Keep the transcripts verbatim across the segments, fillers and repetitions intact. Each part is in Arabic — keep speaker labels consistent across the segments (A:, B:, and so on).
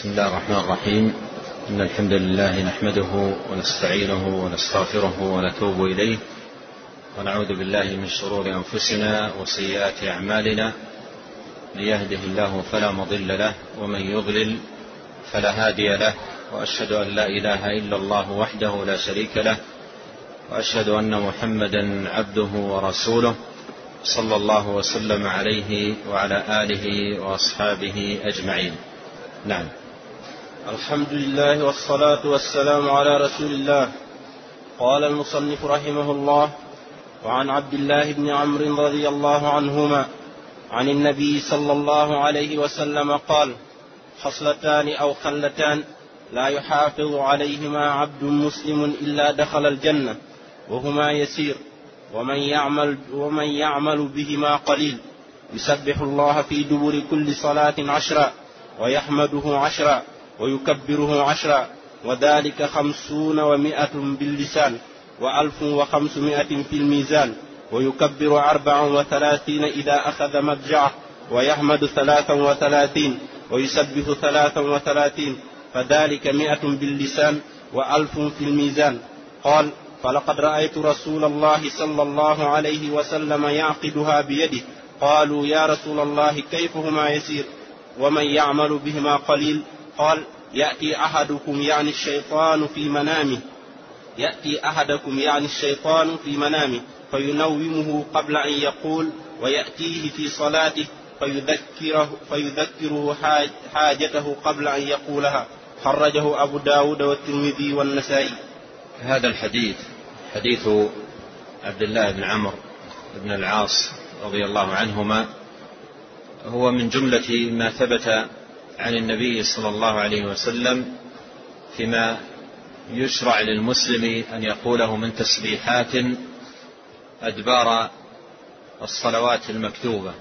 A: بسم الله الرحمن الرحيم. إن الحمد لله نحمده ونستعينه ونستغفره ونتوب إليه ونعوذ بالله من شرور أنفسنا وسيئات أعمالنا. من يهده الله فلا مضل له ومن يضلل فلا هادي له، وأشهد أن لا إله إلا الله وحده لا شريك له، وأشهد أن محمدا عبده ورسوله صلى الله وسلم عليه وعلى آله وأصحابه أجمعين. نعم.
B: الحمد لله والصلاة والسلام على رسول الله. قال المصنف رحمه الله: وعن عبد الله بن عمرو رضي الله عنهما عن النبي صلى الله عليه وسلم قال: خصلتان أو خلتان لا يحافظ عليهما عبد مسلم إلا دخل الجنة، وهما يسير ومن يعمل, ومن يعمل بهما قليل، يسبح الله في دبر كل صلاة عشرا، ويحمده عشرا، ويكبره عشرا، وذلك خمسون ومائة باللسان، وألف وخمسمائة في الميزان، ويكبر أربعا وثلاثين إذا أخذ مضجعه، ويحمد ثلاثا وثلاثين، ويسبح ثلاثا وثلاثين، فذلك مائة باللسان وألف في الميزان. قال: فلقد رأيت رسول الله صلى الله عليه وسلم يعقدها بيده. قالوا: يا رسول الله كيف هما يسير ومن يعمل بهما قليل؟ قال: يأتي أحدكم يعني الشيطان في منامه يأتي أحدكم يعني الشيطان في منامه فينومه قبل أن يقول، ويأتيه في صلاته فيذكره, فيذكره حاجته قبل أن يقولها. خرجه أبو داود والترمذي والنسائي.
A: هذا الحديث حديث عبد الله بن عمرو بن العاص رضي الله عنهما هو من جملة ما ثبت عن النبي صلى الله عليه وسلم فيما يشرع للمسلم أن يقوله من تسبيحات أدبار الصلوات المكتوبة.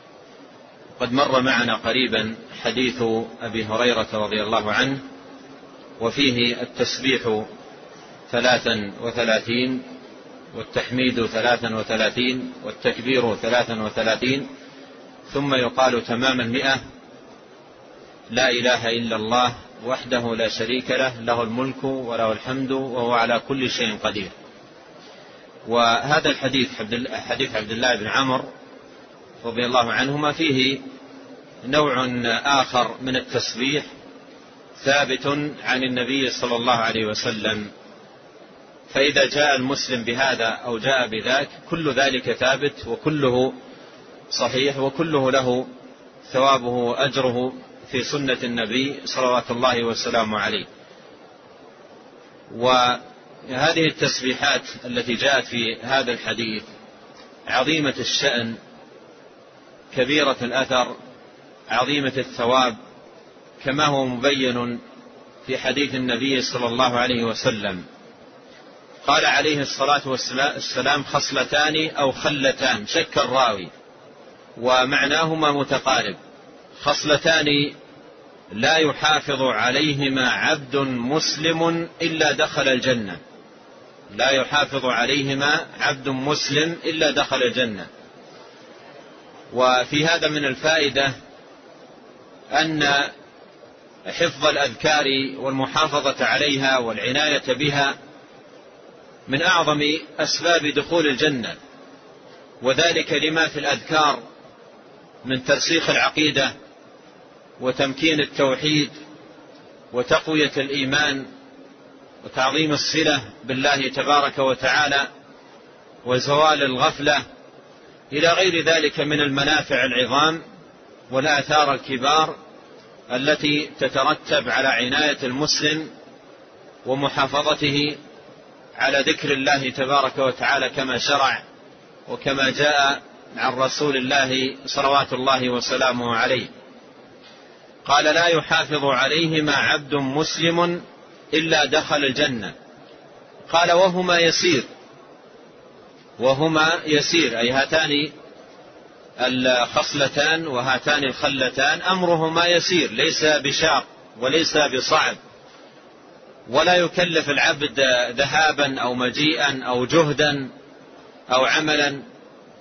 A: قد مر معنا قريبا حديث أبي هريرة رضي الله عنه، وفيه التسبيح ثلاثا وثلاثين، والتحميد ثلاثا وثلاثين، والتكبير ثلاثا وثلاثين، ثم يقال تمام المئة: لا إله إلا الله وحده لا شريك له، له الملك وله الحمد وهو على كل شيء قدير. وهذا الحديث حديث عبد الله بن عمرو رضي الله عنهما فيه نوع آخر من التسبيح ثابت عن النبي صلى الله عليه وسلم، فإذا جاء المسلم بهذا أو جاء بذاك كل ذلك ثابت وكله صحيح وكله له ثوابه وأجره في سنة النبي صلوات الله وسلامه عليه. وهذه التسبيحات التي جاءت في هذا الحديث عظيمة الشأن، كبيرة الأثر، عظيمة الثواب، كما هو مبين في حديث النبي صلى الله عليه وسلم. قال عليه الصلاة والسلام: خصلتان أو خلتان، شك الراوي، ومعناهما متقارب. خصلتان لا يحافظ عليهما عبد مسلم إلا دخل الجنة، لا يحافظ عليهما عبد مسلم إلا دخل الجنة. وفي هذا من الفائدة أن حفظ الأذكار والمحافظة عليها والعناية بها من أعظم أسباب دخول الجنة، وذلك لما في الأذكار من ترسيخ العقيدة وتمكين التوحيد وتقوية الإيمان وتعظيم الصلة بالله تبارك وتعالى وزوال الغفلة، إلى غير ذلك من المنافع العظام والآثار الكبار التي تترتب على عناية المسلم ومحافظته على ذكر الله تبارك وتعالى كما شرع وكما جاء عن رسول الله صلوات الله وسلامه عليه. قال: لا يحافظ عليهما عبد مسلم إلا دخل الجنة. قال: وهما يسير، وهما يسير أي هاتان الخصلتان وهاتان الخلتان أمرهما يسير، ليس بشاق وليس بصعب، ولا يكلف العبد ذهابا أو مجيئا أو جهدا أو عملا،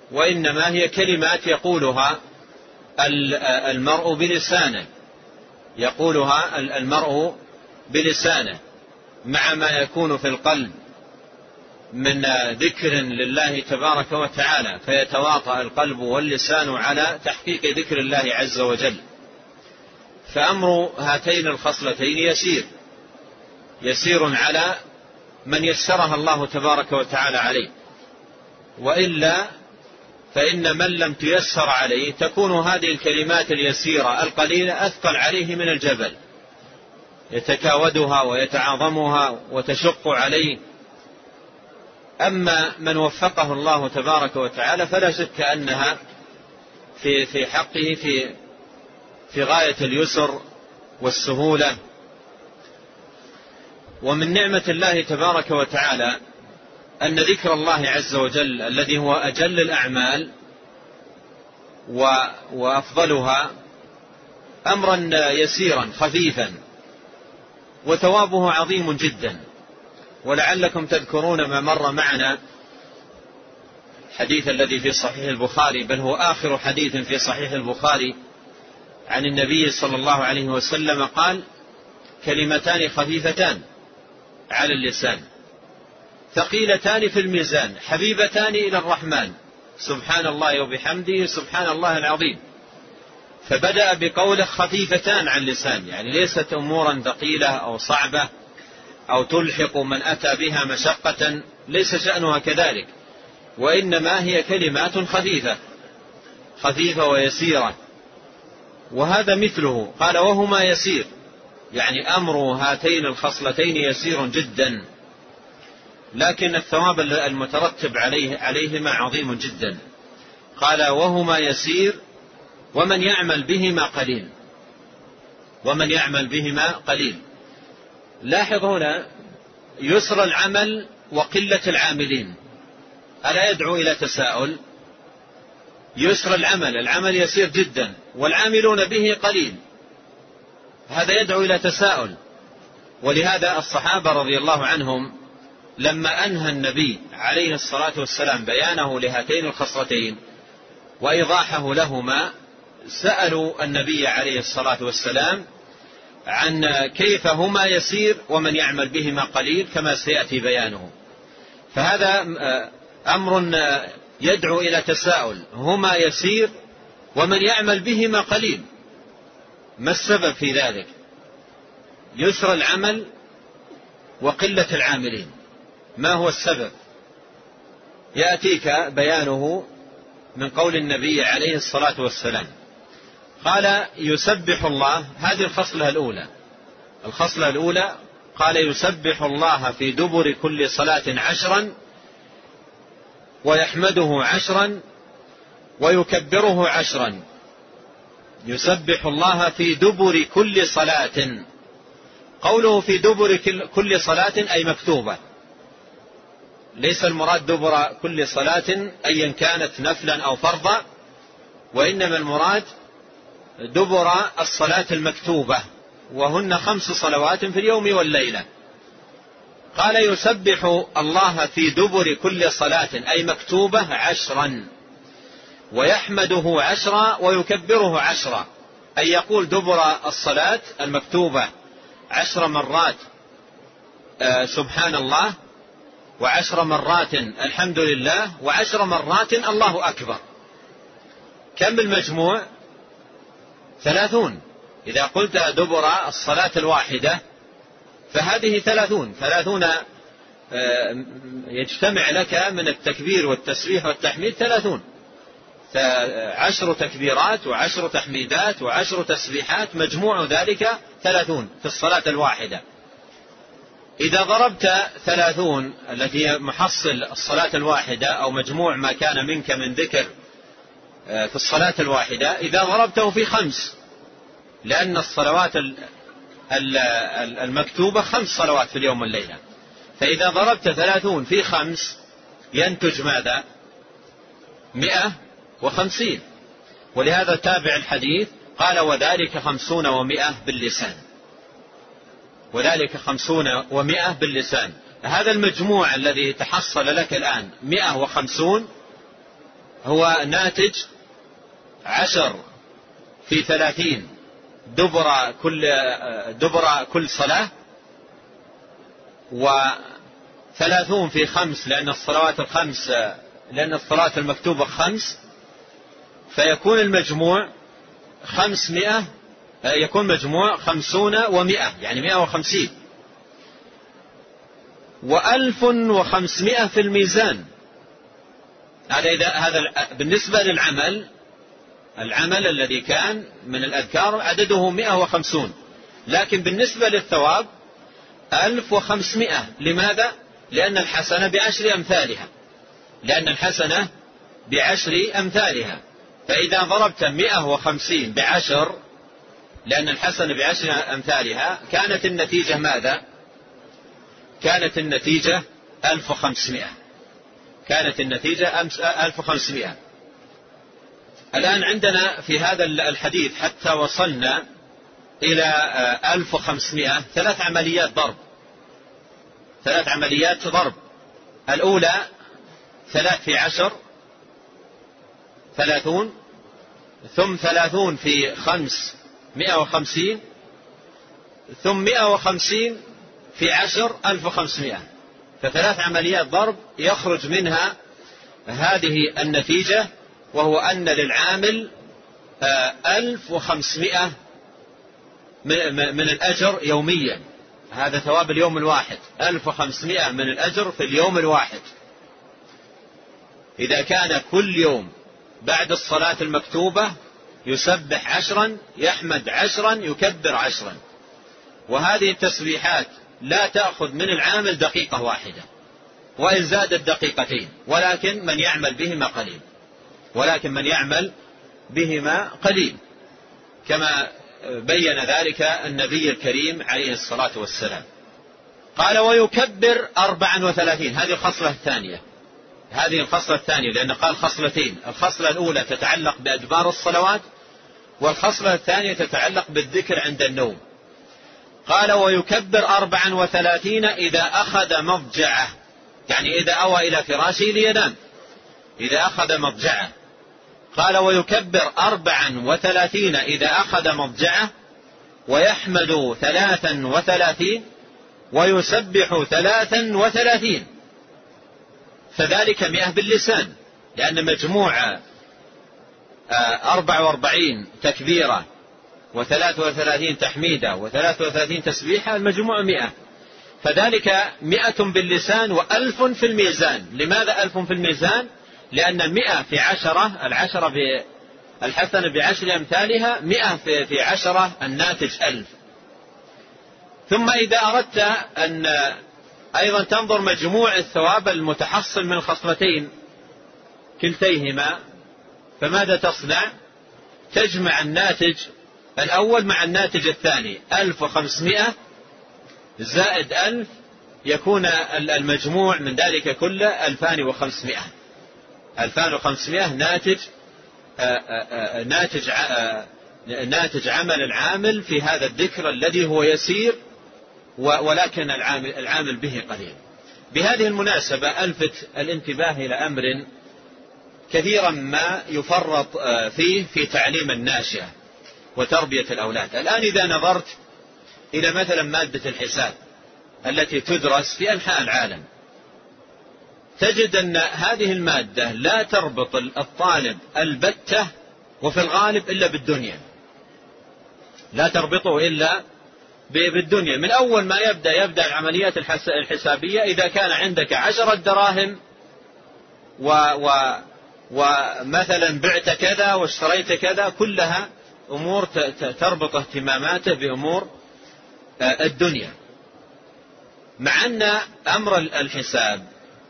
A: وإنما هي كلمات يقولها المرء بلسانه، يقولها المرء بلسانه مع ما يكون في القلب من ذكر لله تبارك وتعالى، فيتواطأ القلب واللسان على تحقيق ذكر الله عز وجل. فأمر هاتين الخصلتين يسير يسير على من يسرها الله تبارك وتعالى عليه، وإلا فإن من لم تيسر عليه تكون هذه الكلمات اليسيرة القليلة أثقل عليه من الجبل، يتكاودها ويتعاظمها وتشق عليه. أما من وفقه الله تبارك وتعالى فلا شك أنها في في حقه في في غاية اليسر والسهولة. ومن نعمة الله تبارك وتعالى أن ذكر الله عز وجل الذي هو أجل الأعمال وأفضلها أمرا يسيرا خفيفا وثوابه عظيم جدا. ولعلكم تذكرون ما مر معنا الحديث الذي في صحيح البخاري، بل هو آخر حديث في صحيح البخاري عن النبي صلى الله عليه وسلم قال: كلمتان خفيفتان على اللسان ثقيلتان في الميزان حبيبتان إلى الرحمن سبحان الله وبحمده سبحان الله العظيم. فبدأ بقوله خفيفتان على اللسان، يعني ليست أمورا ثقيلة أو صعبة أو تلحق من أتى بها مشقة، ليس شأنها كذلك، وإنما هي كلمات خفيفة خفيفة ويسيرة. وهذا مثله قال: وهما يسير، يعني أمر هاتين الخصلتين يسير جدا، لكن الثواب المترتب عليه عليهما عظيم جدا. قال: وهما يسير ومن يعمل بهما قليل. ومن يعمل بهما قليل. لاحظ هنا يسر العمل وقلة العاملين، ألا يدعو إلى تساؤل؟ يسر العمل، العمل يسير جدا والعاملون به قليل، هذا يدعو إلى تساؤل. ولهذا الصحابة رضي الله عنهم لما أنهى النبي عليه الصلاة والسلام بيانه لهاتين الخصلتين وإيضاحه لهما سألوا النبي عليه الصلاة والسلام عن كيف هما يسير ومن يعمل بهما قليل كما سيأتي بيانه. فهذا أمر يدعو إلى تساؤل، هما يسير ومن يعمل بهما قليل، ما السبب في ذلك؟ يسر العمل وقلة العاملين، ما هو السبب؟ يأتيك بيانه من قول النبي عليه الصلاة والسلام. قال: يسبح الله، هذه الخصلة الأولى. الخصلة الأولى قال: يسبح الله في دبر كل صلاة عشرا ويحمده عشرا ويكبره عشرا. يسبح الله في دبر كل صلاة. قوله في دبر كل صلاة أي مكتوبة، ليس المراد دبر كل صلاة أيا كانت نفلا أو فرضا، وإنما المراد دبر الصلاة المكتوبة، وهن خمس صلوات في اليوم والليلة. قال: يسبح الله في دبر كل صلاة أي مكتوبة عشرا ويحمده عشرا ويكبره عشرا، أي يقول دبر الصلاة المكتوبة عشر مرات آه سبحان الله، وعشر مرات الحمد لله، وعشر مرات الله أكبر. كم المجموع؟ ثلاثون. إذا قلت دبر الصلاة الواحدة فهذه ثلاثون ثلاثون يجتمع لك من التكبير والتسبيح والتحميد ثلاثون، عشر تكبيرات وعشر تحميدات وعشر تسبيحات، مجموع ذلك ثلاثون في الصلاة الواحدة. إذا ضربت ثلاثون التي هي محصل الصلاة الواحدة أو مجموع ما كان منك من ذكر في الصلاة الواحدة، إذا ضربته في خمس، لأن الصلوات المكتوبة خمس صلوات في اليوم والليلة، فإذا ضربت ثلاثون في خمس ينتج ماذا؟ مئة وخمسين. ولهذا تابع الحديث قال: وذلك خمسون ومئة باللسان. وذلك خمسون ومئة باللسان. هذا المجموع الذي تحصل لك الآن مئة وخمسون هو ناتج عشر في ثلاثين دبر كل دبر كل صلاة، وثلاثون في خمس لأن الصلوات الخمس لأن الصلاة المكتوبة خمس، فيكون المجموع خمسمائة، يكون مجموع خمسون ومائة، يعني مائة وخمسين. وألف وخمسمائة في الميزان. هذا إذا هذا بالنسبة للعمل، العمل الذي كان من الأذكار عدده مائة وخمسون، لكن بالنسبة للثواب ألف وخمسمائة. لماذا؟ لأن الحسنة بعشر أمثالها، لأن الحسنة بعشر أمثالها. فإذا ضربت مائة وخمسين بعشر، لأن الحسنة بعشر أمثالها، كانت النتيجة ماذا؟ كانت النتيجة ألف وخمسمائة. كانت النتيجة ألف وخمسمائة. الآن عندنا في هذا الحديث حتى وصلنا إلى ألف وخمسمائة ثلاث عمليات ضرب، ثلاث عمليات ضرب. الأولى ثلاث في عشر ثلاثون، ثم ثلاثون في خمس مائة وخمسين، ثم مائة وخمسين في عشر ألف وخمسمائة. فثلاث عمليات ضرب يخرج منها هذه النتيجة، وهو أن للعامل ألف وخمسمائة من الأجر يوميا. هذا ثواب اليوم الواحد، ألف وخمسمائة من الأجر في اليوم الواحد. إذا كان كل يوم بعد الصلاة المكتوبة يسبح عشرا، يحمد عشرا، يكبر عشرا. وهذه التسبيحات لا تأخذ من العامل دقيقة واحدة، وإن زادت دقيقتين، ولكن من يعمل بهما قليل، ولكن من يعمل بهما قليل، كما بين ذلك النبي الكريم عليه الصلاة والسلام. قال ويكبر أربعا وثلاثين. هذه الخصلة الثانية، هذه الخصلة الثانية، لأن قال خصلتين. الخصلة الأولى تتعلق بأدبار الصلوات، والخصلة الثانية تتعلق بالذكر عند النوم. قال ويكبر أربعا وثلاثين إذا أخذ مضجعه، يعني إذا أوى إلى فراشه لينام، إذا أخذ مضجعه. قال ويكبر أربعا وثلاثين إذا أخذ مضجعه، ويحمد ثلاثا وثلاثين، ويسبح ثلاثا وثلاثين. فذلك مئة باللسان، لأن مجموع أربع وأربعين تكبيرة وثلاث وثلاثين تحميدة وثلاث وثلاثين تسبيحة، المجموع مئة. فذلك مئة باللسان وألف في الميزان. لماذا ألف في الميزان؟ لأن المئة في عشرة، العشرة بالحسنة بعشر أمثالها، مئة في, في عشرة الناتج ألف. ثم إذا أردت أن أيضا تنظر مجموع الثواب المتحصل من الخصلتين كلتيهما، فماذا تصنع؟ تجمع الناتج الأول مع الناتج الثاني، ألف وخمسمائة زائد ألف، يكون المجموع من ذلك كله ألفان وخمسمائة. ألفان وخمسمائة ناتج ناتج ناتج عمل العامل في هذا الذكر الذي هو يسير، ولكن العامل العامل به قليل. بهذه المناسبة ألفت الانتباه إلى أمر كثيرا ما يفرط فيه في تعليم الناشئة وتربية الأولاد. الآن إذا نظرت إلى مثلا مادة الحساب التي تدرس في أنحاء العالم، تجد أن هذه المادة لا تربط الطالب البتة وفي الغالب إلا بالدنيا، لا تربطه إلا بالدنيا. من أول ما يبدأ يبدأ العمليات الحسابية، إذا كان عندك عشرة دراهم و و ومثلا بعت كذا واشتريت كذا، كلها أمور تربط اهتماماته بأمور الدنيا، مع أن أمر الحساب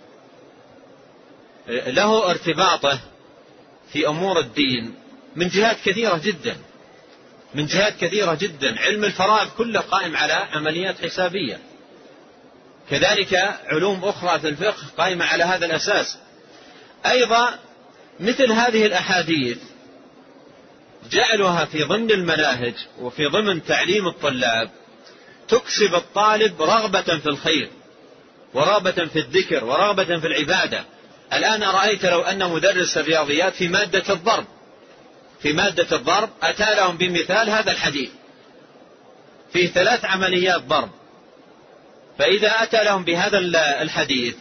A: له ارتباطه في أمور الدين من جهات كثيرة جدا، من جهات كثيرة جدا. علم الفرائض كله قائم على عمليات حسابية، كذلك علوم أخرى في الفقه قائمة على هذا الأساس. أيضا مثل هذه الأحاديث جعلها في ضمن المناهج وفي ضمن تعليم الطلاب تكسب الطالب رغبة في الخير ورغبة في الذكر ورغبة في العبادة. الآن رأيت لو أن مدرس الرياضيات في مادة الضرب في مادة الضرب أتى لهم بمثال هذا الحديث، في ثلاث عمليات ضرب. فإذا أتى لهم بهذا الحديث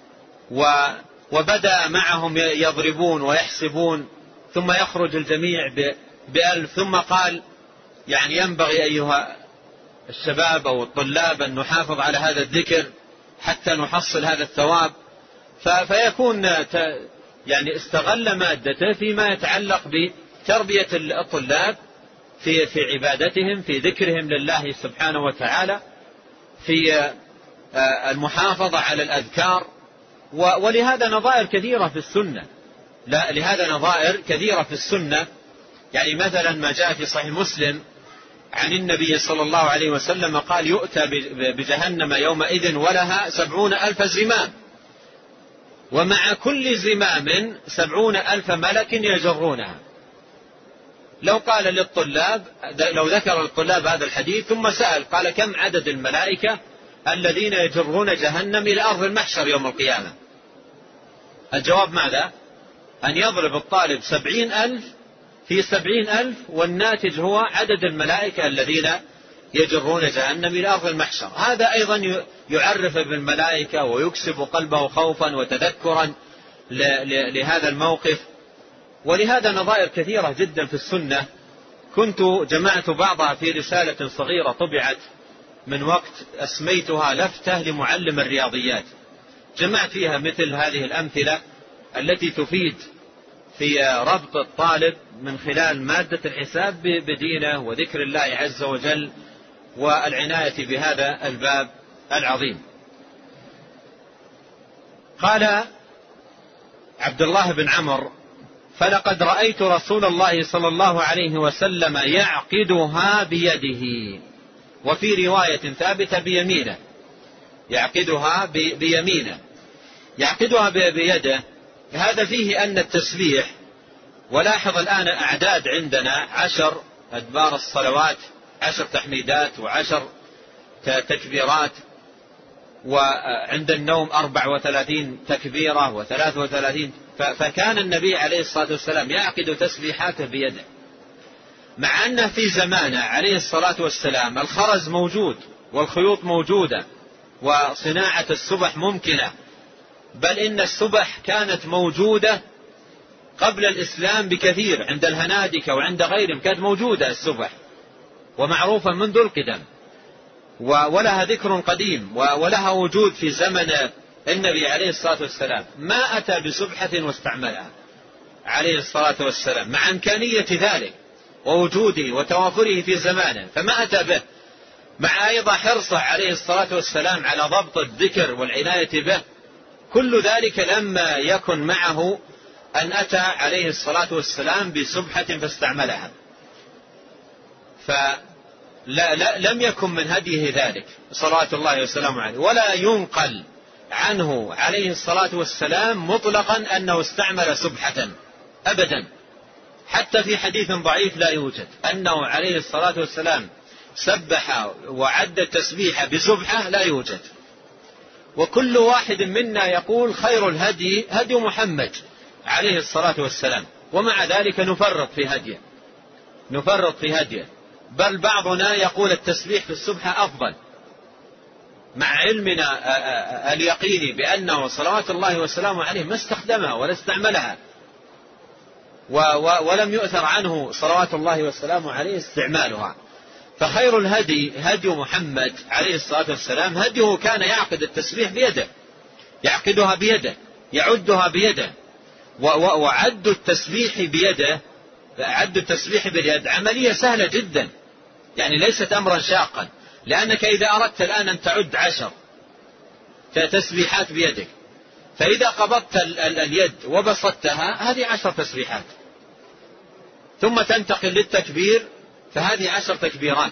A: وبدأ معهم يضربون ويحسبون، ثم يخرج الجميع بألف، ثم قال يعني ينبغي أيها الشباب أو الطلاب أن نحافظ على هذا الذكر حتى نحصل هذا الثواب، فيكون يعني استغل مادته فيما يتعلق بتربية الطلاب في في عبادتهم، في ذكرهم لله سبحانه وتعالى، في المحافظة على الأذكار. ولهذا نظائر كثيرة في السنة، لا لهذا نظائر كثيرة في السنة. يعني مثلا ما جاء في صحيح مسلم عن النبي صلى الله عليه وسلم قال يؤتى بجهنم يومئذ ولها سبعون ألف زمام، ومع كل زمام سبعون ألف ملك يجرونها. لو قال للطلاب، لو ذكر الطلاب هذا الحديث ثم سأل قال كم عدد الملائكة الذين يجرون جهنم إلى أرض المحشر يوم القيامة، الجواب ماذا؟ أن يضرب الطالب سبعين ألف في سبعين ألف، والناتج هو عدد الملائكة الذين يجرون جهنم إلى أرض المحشر. هذا أيضا يعرف بالملائكة ويكسب قلبه خوفا وتذكرا لهذا الموقف. ولهذا نظائر كثيرة جدا في السنة. كنت جمعت بعضها في رسالة صغيرة طبعت من وقت أسميتها لفتة لمعلم الرياضيات، جمعت فيها مثل هذه الأمثلة التي تفيد في ربط الطالب من خلال مادة الحساب بدينه وذكر الله عز وجل والعناية بهذا الباب العظيم. قال عبد الله بن عمرو: فلقد رأيت رسول الله صلى الله عليه وسلم يعقدها بيده، وفي رواية ثابتة بيمينه، يعقدها بيمينه، يعقدها بيده. هذا فيه أن التسبيح، ولاحظ الآن أعداد عندنا عشر أدبار الصلوات، عشر تحميدات وعشر تكبيرات، وعند النوم أربع وثلاثين تكبيرة وثلاث وثلاثين. فكان النبي عليه الصلاة والسلام يعقد تسبيحاته بيده، مع أنه في زمانه عليه الصلاة والسلام الخرز موجود والخيوط موجودة وصناعة السبح ممكنة، بل إن السبح كانت موجودة قبل الإسلام بكثير، عند الهنادكة وعند غيرهم كانت موجودة السبح ومعروفة منذ القدم، ولها ذكر قديم ولها وجود في زمن النبي عليه الصلاة والسلام. ما أتى بسبحة واستعملها عليه الصلاة والسلام مع إمكانية ذلك ووجوده وتوافره في زمانه، فما أتى به، مع أيضا حرصه عليه الصلاة والسلام على ضبط الذكر والعناية به. كل ذلك لما يكن معه أن أتى عليه الصلاة والسلام بسبحة فاستعملها، فلم يكن من هديه ذلك صلوات الله وسلامه عليه، ولا ينقل عنه عليه الصلاة والسلام مطلقا أنه استعمل سبحة أبدا، حتى في حديث ضعيف لا يوجد أنه عليه الصلاة والسلام سبح وعد التسبيح بسبحة، لا يوجد. وكل واحد منا يقول خير الهدي هدي محمد عليه الصلاة والسلام، ومع ذلك نفرط في هديه، نفرط في هديه، بل بعضنا يقول التسبيح في السبحة أفضل، مع علمنا اليقيني بأنه صلوات الله وسلامه عليه ما استخدمها ولا استعملها، ولم يؤثر عنه صلوات الله وسلامه عليه استعمالها. فخير الهدي هدي محمد عليه الصلاة والسلام، هديه كان يعقد التسبيح بيده، يعقدها بيده، يعدها بيده. وعد التسبيح بيده، عد التسبيح باليد عملية سهلة جدا، يعني ليست أمرا شاقا، لأنك إذا أردت الآن أن تعد عشر تسبيحات بيدك، فإذا قبضت اليد وبسطتها هذه عشر تسبيحات، ثم تنتقل للتكبير فهذه عشر تكبيرات،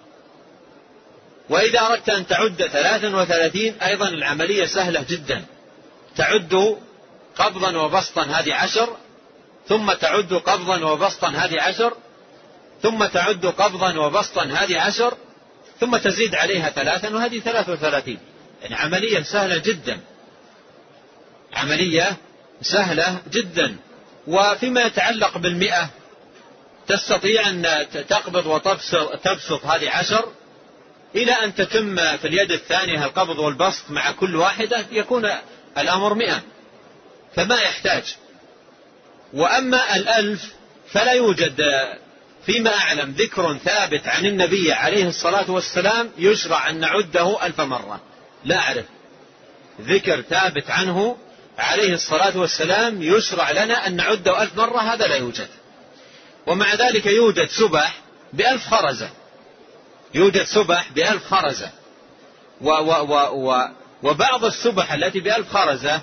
A: وإذا أردت أن تعد ثلاثا وثلاثين أيضا العملية سهلة جدا، تعد قبضا وبسطا هذه عشر، ثم تعد قبضا وبسطا هذه عشر، ثم تعد قبضا وبسطا هذه عشر، ثم تزيد عليها ثلاثا وهذه ثلاث وثلاثين. يعني عملية سهلة جدا، عملية سهلة جدا. وفيما يتعلق بالمئة تستطيع أن تقبض وتبسط هذه عشر، إلى أن تتم في اليد الثانية القبض والبسط مع كل واحدة يكون الأمر مئة، فما يحتاج. وأما الألف فلا يوجد فيما أعلم ذكر ثابت عن النبي عليه الصلاة والسلام يشرع أن نعده ألف مرة، لا أعرف ذكر ثابت عنه عليه الصلاة والسلام يشرع لنا أن نعده ألف مرة، هذا لا يوجد. ومع ذلك يوجد سبح بألف خرزة، يوجد سبح بألف خرزة، و و و و وبعض السبح التي بألف خرزة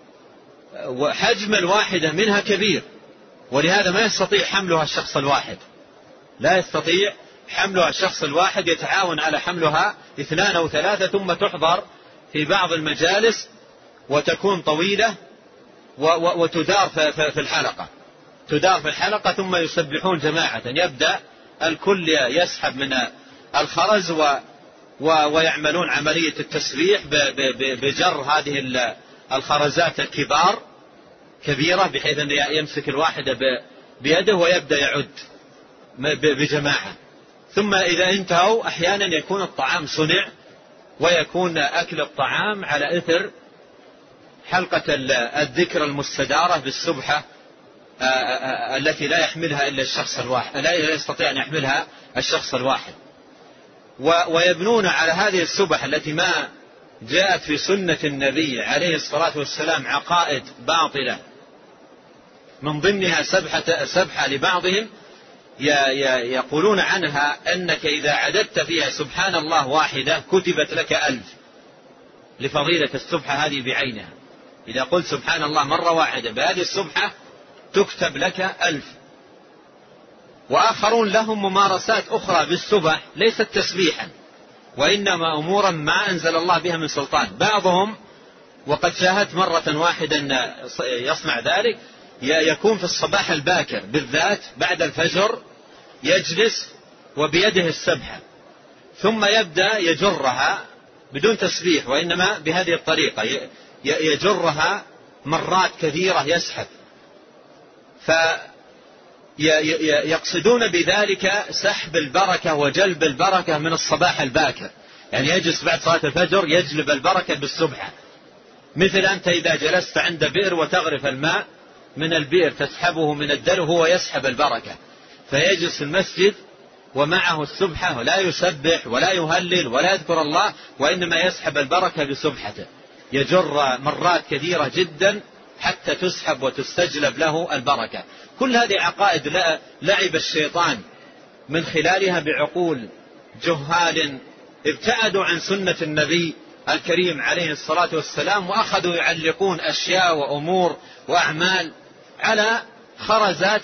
A: وحجم الواحدة منها كبير، ولهذا ما يستطيع حملها الشخص الواحد، لا يستطيع حملها الشخص الواحد، يتعاون على حملها اثنان أو ثلاثة، ثم تحضر في بعض المجالس وتكون طويلة وتدار في الحلقة، تدار في الحلقة ثم يسبحون جماعة، يبدأ الكل يسحب من الخرز و ويعملون عملية التسبيح بجر هذه الخرزات الكبار كبيرة، بحيث أن يمسك الواحدة بيده ويبدأ يعد بجماعة. ثم إذا انتهوا أحيانا يكون الطعام صنع، ويكون أكل الطعام على إثر حلقة الذكر المستدارة بالسبحة التي لا يحملها إلا الشخص الواحد، لا يستطيع أن يحملها الشخص الواحد. ويبنون على هذه السبح التي ما جاءت في سنة النبي عليه الصلاة والسلام عقائد باطلة، من ضمنها سبحة, سبحة لبعضهم يقولون عنها أنك إذا عددت فيها سبحان الله واحدة كتبت لك ألف، لفضيلة السبحة هذه بعينها. إذا قلت سبحان الله مرة واحدة بهذه السبحة تكتب لك ألف. وآخرون لهم ممارسات أخرى بالسبح ليست تسبيحا، وإنما أمورا ما أنزل الله بها من سلطان. بعضهم وقد شاهدت مرة واحدة يصنع ذلك، يكون في الصباح الباكر بالذات بعد الفجر يجلس وبيده السبحة، ثم يبدأ يجرها بدون تسبيح، وإنما بهذه الطريقة يجرها مرات كثيرة يسحب، فيقصدون بذلك سحب البركة وجلب البركة من الصباح الباكر، يعني يجلس بعد صلاة الفجر يجلب البركة بالسبحة. مثل أنت إذا جلست عند بئر وتغرف الماء من البئر تسحبه من الدلو، هو يسحب البركة، فيجلس في المسجد ومعه السبحة ولا يسبح ولا يهلل ولا يذكر الله، وإنما يسحب البركة بسبحته، يجر مرات كثيرة جدا حتى تسحب وتستجلب له البركة. كل هذه عقائد لعب الشيطان من خلالها بعقول جهال ابتعدوا عن سنة النبي الكريم عليه الصلاة والسلام، وأخذوا يعلقون أشياء وأمور وأعمال على خرزات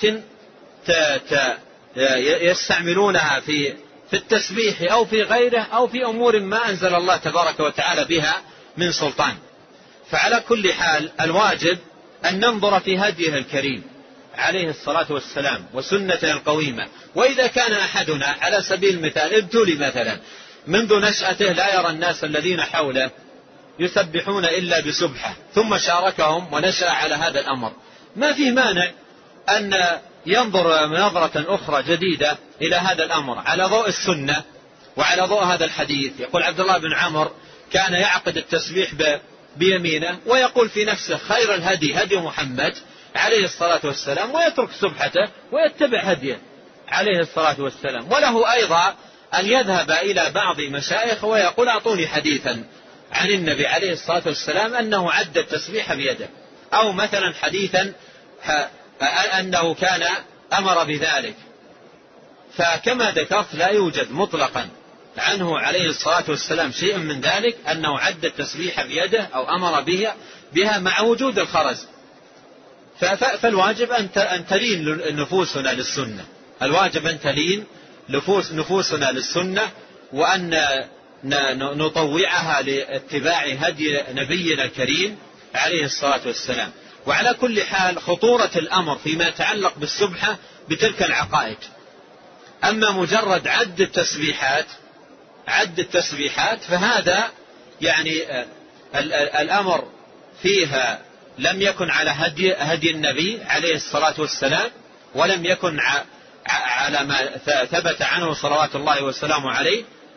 A: يستعملونها في في التسبيح أو في غيره أو في أمور ما أنزل الله تبارك وتعالى بها من سلطان. فعلى كل حال الواجب أن ننظر في هديه الكريم عليه الصلاة والسلام وسنته القويمة. وإذا كان أحدنا على سبيل المثال ابتلي مثلا منذ نشأته لا يرى الناس الذين حوله يسبحون إلا بسبحة، ثم شاركهم ونشأ على هذا الأمر، ما في مانع أن ينظر نظرة أخرى جديدة إلى هذا الأمر على ضوء السنة وعلى ضوء هذا الحديث. يقول عبد الله بن عمر كان يعقد التسبيح بيمينه ويقول في نفسه خير الهدي هدي محمد عليه الصلاة والسلام، ويترك سبحته ويتبع هديه عليه الصلاة والسلام. وله أيضا أن يذهب إلى بعض مشايخ ويقول أعطوني حديثا عن النبي عليه الصلاة والسلام أنه عد التسبيح بيده، أو مثلا حديثا أنه كان أمر بذلك. فكما ذكرت لا يوجد مطلقا عنه عليه الصلاة والسلام شيء من ذلك أنه عد التسبيح بيده أو أمر بها, بها مع وجود الخرز. فالواجب أن تلين نفوسنا للسنة، الواجب أن تلين نفوسنا للسنة، وأن نطوعها لاتباع هدي نبينا الكريم عليه الصلاة والسلام. وعلى كل حال خطورة الأمر فيما يتعلق بالسبحة بتلك العقائد. أما مجرد عد التسبيحات عد التسبيحات فهذا يعني الأمر فيها لم يكن على هدي, هدي النبي عليه الصلاة والسلام، ولم يكن على ما ثبت عنه صلوات الله وسلامه عليه،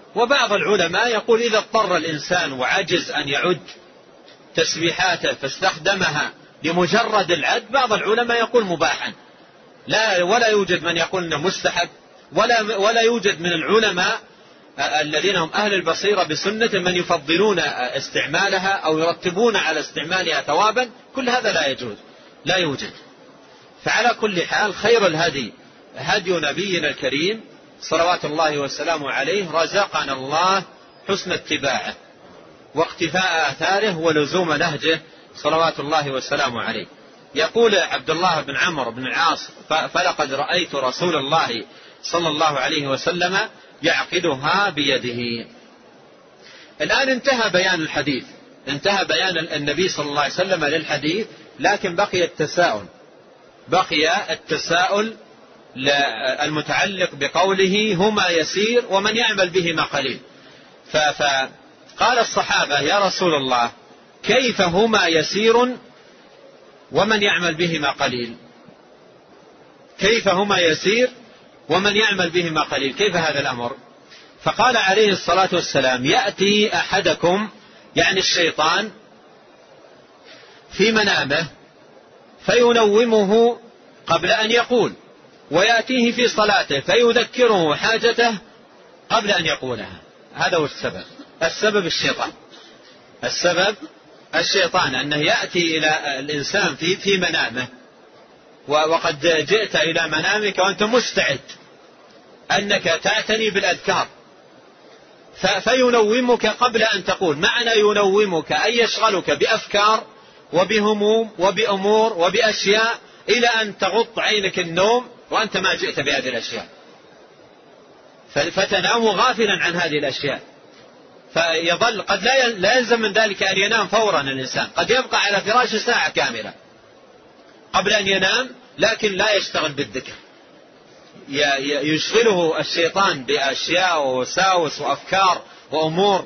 A: وبعض العلماء يقول إذا اضطر الإنسان وعجز أن يعد تسبيحاته فاستخدمها لمجرد العد، بعض العلماء يقول مباحا، لا ولا يوجد من يقول انه مستحب، ولا ولا يوجد من العلماء الذين هم أهل البصيرة بسنة من يفضلون استعمالها أو يرتبون على استعمالها ثوابا، كل هذا لا يجوز، لا يوجد. فعلى كل حال خير الهدي هدي نبينا الكريم صلوات الله وسلامه عليه، رزقنا الله حسن اتباعه واقتفاء آثاره ولزوم نهجه صلوات الله وسلامه عليه. يقول عبد الله بن عمرو بن العاص: فلقد رأيت رسول الله صلى الله عليه وسلم يعقدها بيده. الآن انتهى بيان الحديث، انتهى بيان النبي صلى الله عليه وسلم للحديث، لكن بقي التساؤل، بقي التساؤل المتعلق بقوله هما يسير ومن يعمل بهما قليل. فقال الصحابة: يا رسول الله كيف هما يسير ومن يعمل بهما قليل؟ كيف هما يسير ومن يعمل بهما قليل، كيف هذا الأمر؟ فقال عليه الصلاة والسلام: يأتي أحدكم، يعني الشيطان، في منامه فينومه قبل أن يقول، ويأتيه في صلاته فيذكره حاجته قبل أن يقولها. هذا هو السبب، السبب الشيطان، السبب الشيطان أنه يأتي إلى الإنسان في في منامه، وقد جئت إلى منامك وأنت مستعد أنك تعتني بالأذكار، فينومك قبل أن تقول. معنى ينومك أي يشغلك بأفكار وبهموم وبأمور وبأشياء إلى أن تغط عينك النوم وأنت ما جئت بهذه الأشياء، فتنام غافلا عن هذه الأشياء. فيظل قد لا يلزم من ذلك أن ينام فورا الإنسان، قد يبقى على فراشه ساعة كاملة قبل أن ينام، لكن لا يشتغل بالذكر، يشغله الشيطان بأشياء ووساوس وأفكار وأمور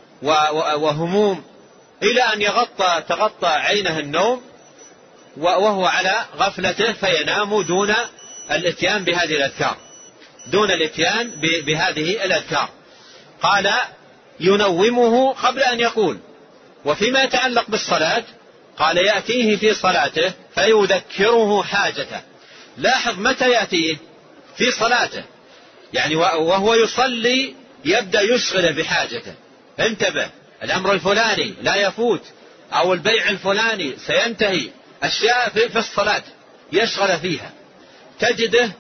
A: وهموم إلى أن يغطى تغطى عينه النوم وهو على غفلته، فينام دون الاتيان بهذه الأذكار، دون الاتيان بهذه الأذكار. قال: ينومه قبل أن يقول. وفيما يتعلق بالصلاة قال: يأتيه في صلاته فيذكره حاجته. لاحظ متى يأتيه؟ في صلاته، يعني وهو يصلي يبدأ يشغل بحاجته. انتبه، الأمر الفلاني لا يفوت، أو البيع الفلاني سينتهي، أشياء في الصلاة يشغل فيها. تجده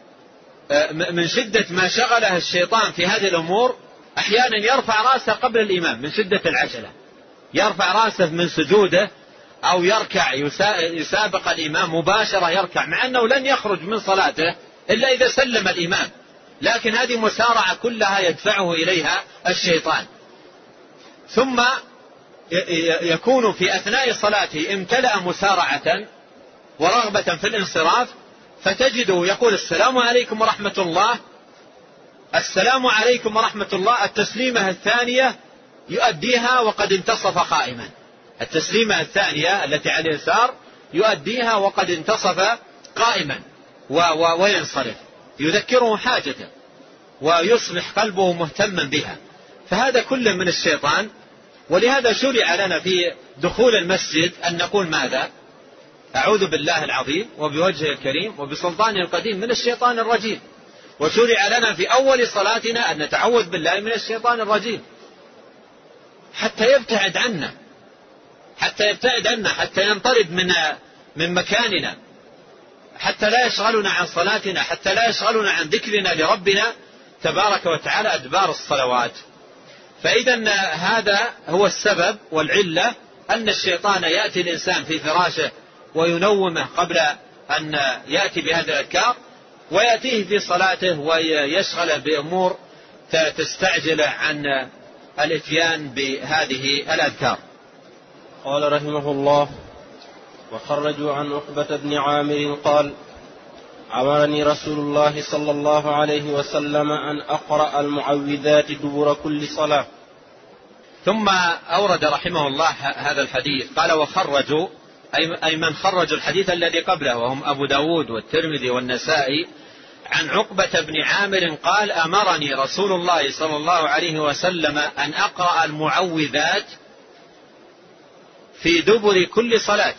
A: من شدة ما شغله الشيطان في هذه الأمور أحيانا يرفع رأسه قبل الإمام من شدة العجلة، يرفع رأسه من سجوده أو يركع يسابق الإمام مباشرة، يركع مع أنه لن يخرج من صلاته إلا إذا سلم الإمام، لكن هذه مسارعة كلها يدفعه إليها الشيطان. ثم يكون في أثناء صلاته امتلأ مسارعة ورغبة في الانصراف، فتجده يقول: السلام عليكم ورحمة الله، السلام عليكم ورحمة الله. التسليمة الثانية يؤديها وقد انتصف قائما، التسليمة الثانية التي على اليسار يؤديها وقد انتصف قائما وينصرف، يذكره حاجته ويصبح قلبه مهتما بها. فهذا كله من الشيطان. ولهذا شرع لنا في دخول المسجد أن نقول ماذا؟ أعوذ بالله العظيم وبوجهه الكريم وبسلطانه القديم من الشيطان الرجيم. وشرع لنا في أول صلاتنا أن نتعوذ بالله من الشيطان الرجيم حتى يبتعد عنا، حتى يبتعد عنا، حتى ينطرد من من مكاننا، حتى لا يشغلنا عن صلاتنا، حتى لا يشغلنا عن ذكرنا لربنا تبارك وتعالى أدبار الصلوات. فإذا هذا هو السبب والعلة، أن الشيطان يأتي الإنسان في فراشه وينومه قبل أن يأتي بهذه الأذكار، ويأتيه في صلاته ويشغل بأمور تستعجل عن الاتيان بهذه الأذكار.
B: قال رحمه الله: وخرجوا عن عقبة بن عامر قال: أمرني رسول الله صلى الله عليه وسلم أن أقرأ المعوذات دبر كل صلاة.
A: ثم أورد رحمه الله هذا الحديث، قال: وخرجوا أي من خرجوا الحديث الذي قبله، وهم أبو داود والترمذي والنسائي، عن عقبة بن عامر قال أمرني رسول الله صلى الله عليه وسلم أن أقرأ المعوذات في دبر كل صلاة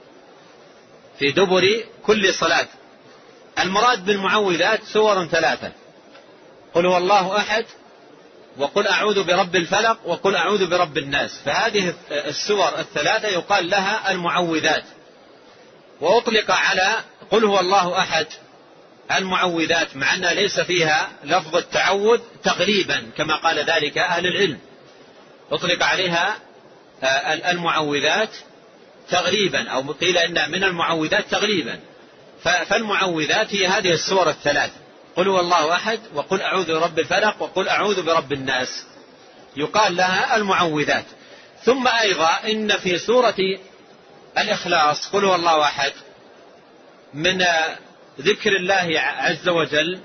A: في دبر كل صلاة. المراد بالمعوذات سور ثلاثة: قل هو الله أحد، وقل أعوذ برب الفلق، وقل أعوذ برب الناس. فهذه السور الثلاثة يقال لها المعوذات. وأطلق على قل هو الله أحد المعوذات مع أنها ليس فيها لفظ التعوذ تغليبا كما قال ذلك أهل العلم، أطلق عليها المعوذات تغليبا، أو قيل إنها من المعوذات تغليبا. فالمعوذات هي هذه السور الثلاث: قل هو الله أحد، وقل أعوذ برب الفلق، وقل أعوذ برب الناس، يقال لها المعوذات. ثم أيضا إن في سورة الإخلاص قل هو الله أحد من ذكر الله عز وجل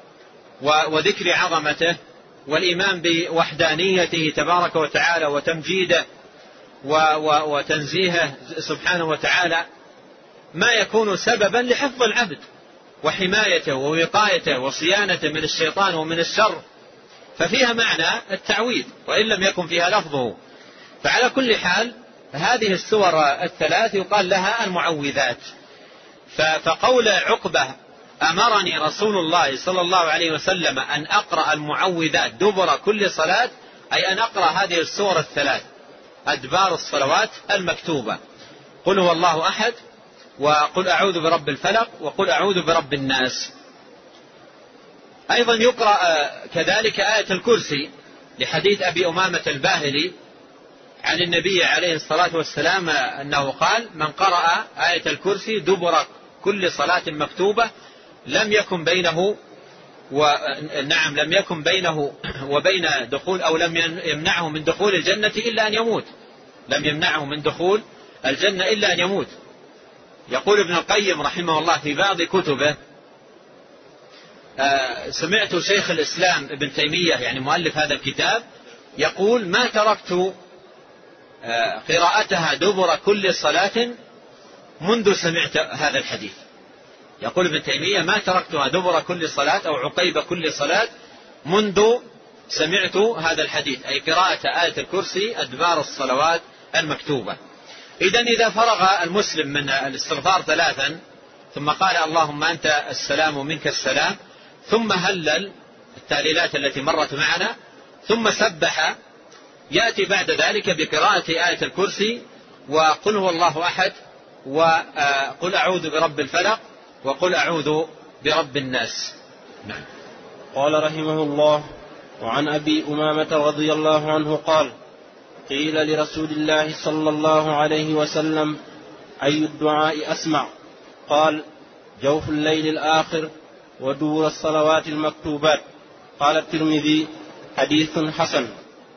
A: وذكر عظمته والإيمان بوحدانيته تبارك وتعالى وتمجيده وتنزيهه سبحانه وتعالى، ما يكون سببا لحفظ العبد وحمايته ووقايته وصيانته من الشيطان ومن الشر، ففيها معنى التعويذ وإن لم يكن فيها لفظه. فعلى كل حال هذه السور الثلاث يقال لها المعوذات. فقول عقبة أمرني رسول الله صلى الله عليه وسلم أن أقرأ المعوذات دبر كل صلاة، أي أن أقرأ هذه السور الثلاث أدبار الصلوات المكتوبة: قل هو الله أحد، وقل أعوذ برب الفلق، وقل أعوذ برب الناس. أيضا يقرأ كذلك آية الكرسي لحديث أبي أمامة الباهلي عن النبي عليه الصلاة والسلام أنه قال: من قرأ آية الكرسي دبر كل صلاة مكتوبة لم يكن بينه ونعم لم يكن بينه وبين دخول أو لم يمنعه من دخول الجنة إلا أن يموت لم يمنعه من دخول الجنة إلا أن يموت. يقول ابن القيم رحمه الله في بعض كتبه: آه سمعت شيخ الإسلام ابن تيمية يعني مؤلف هذا الكتاب يقول: ما تركت آه قراءتها دبر كل صلاة منذ سمعت هذا الحديث. يقول ابن تيمية: ما تركتها دبر كل صلاة أو عقيب كل صلاة منذ سمعت هذا الحديث، أي قراءة آية الكرسي أدبار الصلوات المكتوبة. إذن إذا فرغ المسلم من الاستغفار ثلاثا ثم قال اللهم أنت السلام ومنك السلام، ثم هلل التهليلات التي مرت معنا، ثم سبح، يأتي بعد ذلك بقراءة آية الكرسي وقل هو الله أحد، وقل أعوذ برب الفلق، وقل أعوذ برب الناس. نعم.
B: قال رحمه الله: وعن أبي أمامة رضي الله عنه قال: قيل لرسول الله صلى الله عليه وسلم: أي الدعاء أسمع؟ قال: جوف الليل الآخر ودور الصلوات المكتوبات. قال الترمذي: حديث حسن.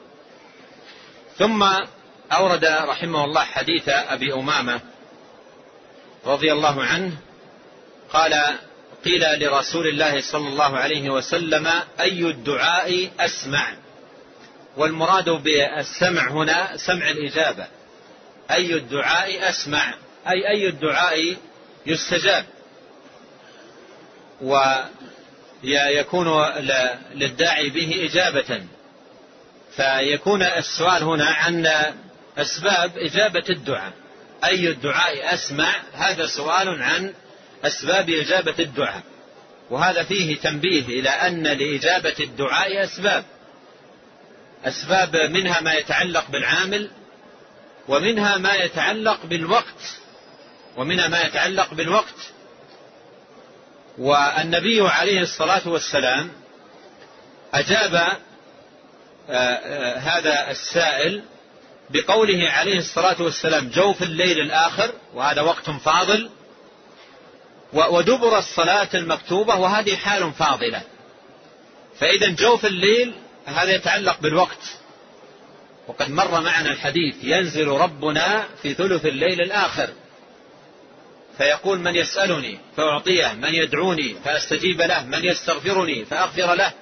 A: ثم أورد رحمه الله حديث أبي أمامة رضي الله عنه قال: قيل لرسول الله صلى الله عليه وسلم: أي الدعاء أسمع؟ والمراد بالسمع هنا سمع الإجابة. أي الدعاء أسمع أي أي الدعاء يستجاب، ويكون للداعي به إجابة. فيكون السؤال هنا عن أسباب إجابة الدعاء. أي الدعاء أسمع، هذا سؤال عن أسباب إجابة الدعاء، وهذا فيه تنبيه إلى أن لإجابة الدعاء أسباب أسباب منها ما يتعلق بالعامل، ومنها ما يتعلق بالوقت ومنها ما يتعلق بالوقت والنبي عليه الصلاة والسلام أجاب هذا السائل بقوله عليه الصلاة والسلام: جوف الليل الآخر، وهذا وقت فاضل، ودبر الصلاة المكتوبة، وهذه حال فاضلة. فإذا جوف الليل هذا يتعلق بالوقت، وقد مر معنا الحديث: ينزل ربنا في ثلث الليل الآخر فيقول: من يسألني فأعطيه، من يدعوني فأستجيب له، من يستغفرني فأغفر له.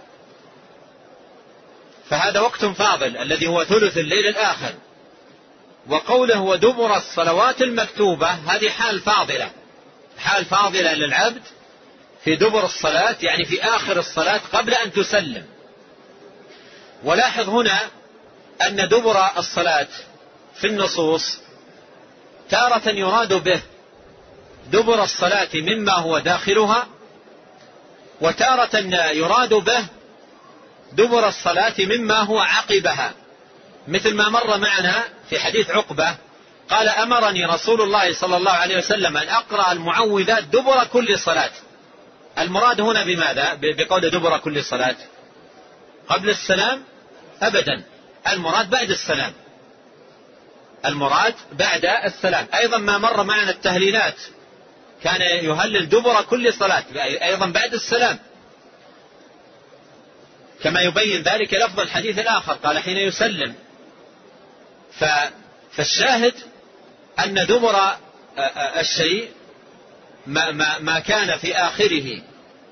A: فهذا وقت فاضل الذي هو ثلث الليل الآخر. وقوله ودبر الصلوات المكتوبة، هذه حال فاضلة حال فاضلة للعبد في دبر الصلاة يعني في آخر الصلاة قبل أن تسلم. ولاحظ هنا أن دبر الصلاة في النصوص تارة يراد به دبر الصلاة مما هو داخلها، وتارة يراد به دبر الصلاة مما هو عقبها، مثل ما مر معنا في حديث عقبة قال أمرني رسول الله صلى الله عليه وسلم أن أقرأ المعوذات دبر كل صلاة. المراد هنا بماذا؟ بقول دبر كل صلاة قبل السلام؟ أبدا، المراد بعد السلام، المراد بعد السلام. أيضا ما مر معنا التهليلات كان يهلل دبر كل صلاة أيضا بعد السلام، كما يبين ذلك لفظ الحديث الآخر قال حين يسلم. فالشاهد أن دبر الشيء ما, ما, ما كان في آخره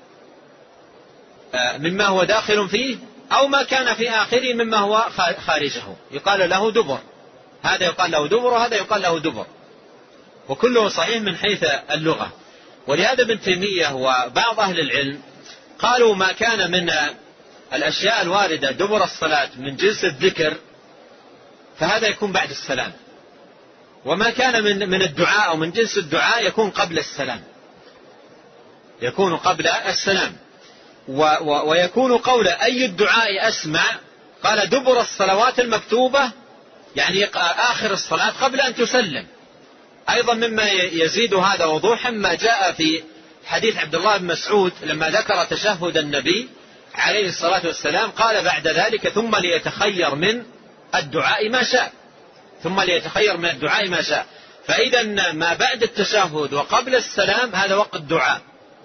A: مما هو داخل فيه، أو ما كان في آخره مما هو خارجه يقال له دبر. هذا يقال له دبر وهذا يقال له دبر، وكله صحيح من حيث اللغة. ولهذا ابن تيمية وبعض أهل العلم قالوا ما كان من الأشياء الواردة دبر الصلاة من جنس الذكر فهذا يكون بعد السلام، وما كان من من الدعاء أو من جنس الدعاء يكون قبل السلام، يكون قبل السلام. ويكون قول أي الدعاء أسمع قال دبر الصلوات المكتوبة يعني آخر الصلاة قبل أن تسلم. أيضا مما يزيد هذا وضوحا ما جاء في حديث عبد الله بن مسعود لما ذكر تشهد النبي عليه الصلاة والسلام قال بعد ذلك ثم ليتخير من الدعاء ما شاء، ثم ليتخير من الدعاء ما شاء. فإذا ما بعد التشهد وقبل السلام هذا وقت دعاء،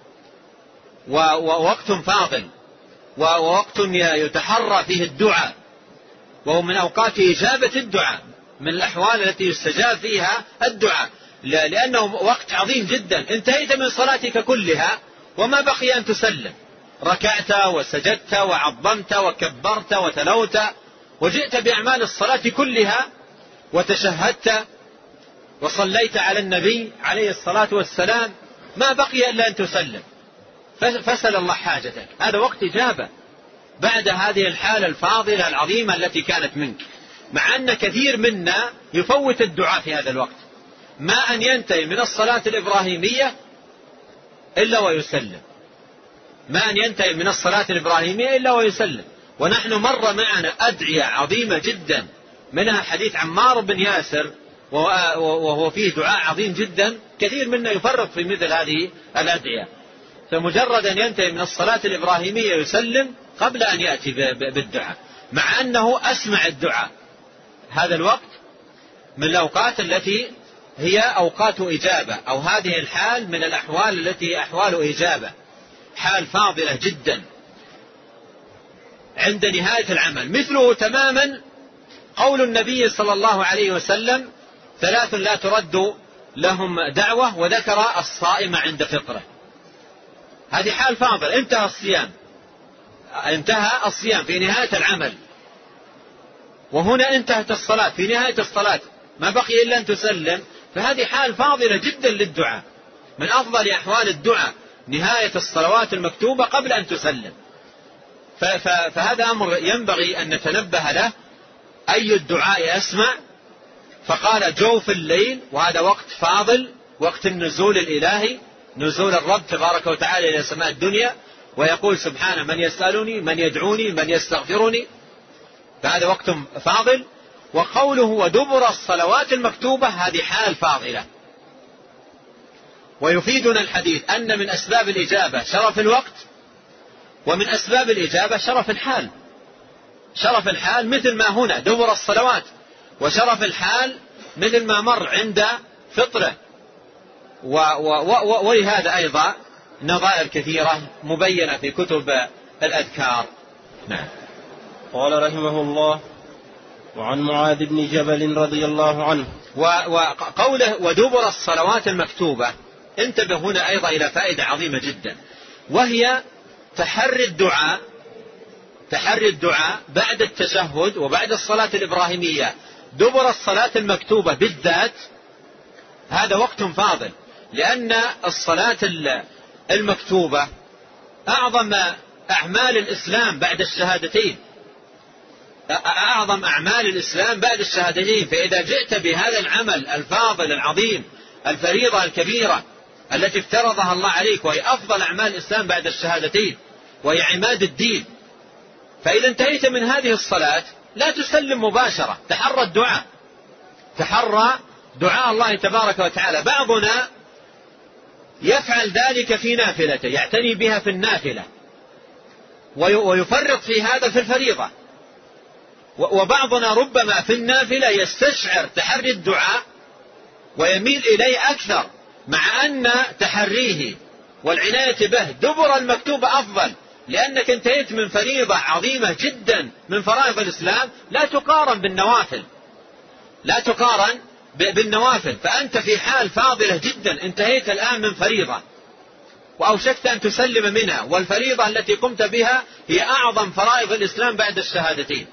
A: ووقت فاضل، ووقت يتحرى فيه الدعاء، وهو من أوقات إجابة الدعاء، من الأحوال التي يستجاب فيها الدعاء، لأنه وقت عظيم جدا. انتهيت من صلاتك كلها وما بقي أن تسلم، ركعت وسجدت وعظمت وكبرت وتلوت وجئت بأعمال الصلاة كلها وتشهدت وصليت على النبي عليه الصلاة والسلام، ما بقي إلا أن تسلم فسل الله حاجتك. هذا وقت إجابة بعد هذه الحالة الفاضلة العظيمة التي كانت منك، مع أن كثير منا يفوت الدعاء في هذا الوقت، ما أن ينتهي من الصلاة الإبراهيمية إلا ويسلم، ما أن ينتهي من الصلاة الإبراهيمية إلا ويسلم. ونحن مر معنا أدعية عظيمة جدا، منها حديث عمار بن ياسر وهو فيه دعاء عظيم جدا، كثير منا يفرط في مثل هذه الأدعية، فمجرد أن ينتهي من الصلاة الإبراهيمية يسلم قبل أن يأتي بالدعاء، مع أنه أسمع الدعاء. هذا الوقت من الأوقات التي هي أوقات إجابة، أو هذه الحال من الأحوال التي أحوال إجابة، حال فاضلة جدا عند نهاية العمل. مثله تماما قول النبي صلى الله عليه وسلم ثلاث لا ترد لهم دعوة، وذكر الصائم عند فطره. هذه حال فاضل، انتهى الصيام، انتهى الصيام في نهاية العمل، وهنا انتهت الصلاة في نهاية الصلاة، ما بقي إلا أن تسلم. فهذه حال فاضلة جدا للدعاء، من أفضل أحوال الدعاء نهاية الصلوات المكتوبة قبل أن تسلم. فهذا أمر ينبغي أن نتنبه له. أي الدعاء أسمع؟ فقال جوف الليل، وهذا وقت فاضل، وقت النزول الإلهي، نزول الرب تبارك وتعالى إلى سماء الدنيا، ويقول سبحانه من يسألني من يدعوني من يستغفرني، فهذا وقت فاضل. وقوله ودبر الصلوات المكتوبة هذه حال فاضلة. ويفيدنا الحديث أن من أسباب الإجابة شرف الوقت، ومن أسباب الإجابة شرف الحال. شرف الحال مثل ما هنا دبر الصلوات، وشرف الحال مثل ما مر عند فطره. ولهذا أيضا نظائر كثيرة مبينة في كتب الأذكار. نعم.
B: قال رحمه الله: وعن معاذ بن جبل رضي الله عنه.
A: وقوله ودبر الصلوات المكتوبة، انتبه هنا أيضا إلى فائدة عظيمة جدا، وهي تحري الدعاء، تحري الدعاء بعد التشهد وبعد الصلاة الإبراهيمية دبر الصلاة المكتوبة بالذات. هذا وقت فاضل، لأن الصلاة المكتوبة أعظم أعمال الإسلام بعد الشهادتين، أعظم أعمال الإسلام بعد الشهادتين. فإذا جئت بهذا العمل الفاضل العظيم، الفريضة الكبيرة التي افترضها الله عليك، وهي أفضل أعمال الإسلام بعد الشهادتين، وهي عماد الدين، فإذا انتهيت من هذه الصلاة لا تسلم مباشرة، تحرى الدعاء، تحرى دعاء الله تبارك وتعالى. بعضنا يفعل ذلك في نافلته، يعتني بها في النافلة ويفرط في هذا في الفريضة، وبعضنا ربما في النافلة يستشعر تحري الدعاء ويميل إليه أكثر، مع أن تحريه والعناية به دبر المكتوبة أفضل، لأنك انتهيت من فريضة عظيمة جدا من فرائض الإسلام لا تقارن بالنوافل، لا تقارن بالنوافل. فأنت في حال فاضلة جدا، انتهيت الآن من فريضة وأوشكت أن تسلم منها، والفريضة التي قمت بها هي أعظم فرائض الإسلام بعد الشهادتين.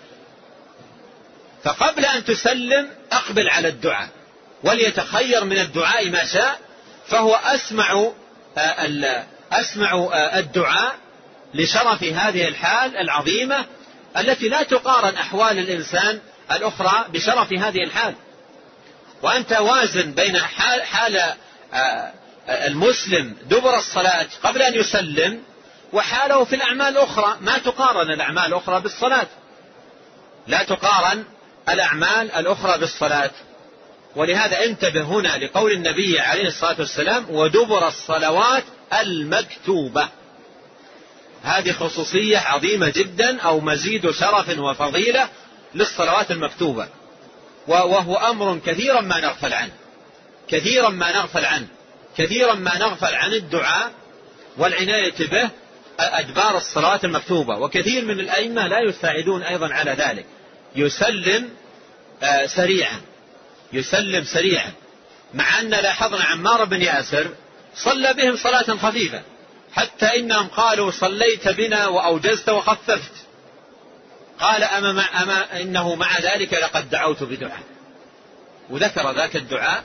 A: فقبل أن تسلم أقبل على الدعاء، وليتخير من الدعاء ما شاء، فهو أسمع أسمع الدعاء لشرف هذه الحال العظيمة التي لا تقارن أحوال الإنسان الأخرى بشرف هذه الحال. وأنت وازن بين حال, حال المسلم دبر الصلاة قبل أن يسلم وحاله في الأعمال الأخرى، ما تقارن الأعمال الأخرى بالصلاة، لا تقارن الأعمال الأخرى بالصلاة. ولهذا انتبه هنا لقول النبي عليه الصلاة والسلام: ودبر الصلوات المكتوبة. هذه خصوصية عظيمة جدا، أو مزيد شرف وفضيلة للصلوات المكتوبة، وهو أمر كثيرا ما نغفل عنه، كثيرا ما نغفل عنه كثيرا ما نغفل عن الدعاء والعناية به أدبار الصلوات المكتوبة. وكثير من الأئمة لا يساعدون أيضا على ذلك، يسلم سريعا يسلم سريعا مع أن لاحظنا عمار بن ياسر صلى بهم صلاة خفيفة، حتى إنهم قالوا: صليت بنا وأوجزت وخففت. قال: أما, مع أما إنه مع ذلك لقد دعوت بدعاء. وذكر ذاك الدعاء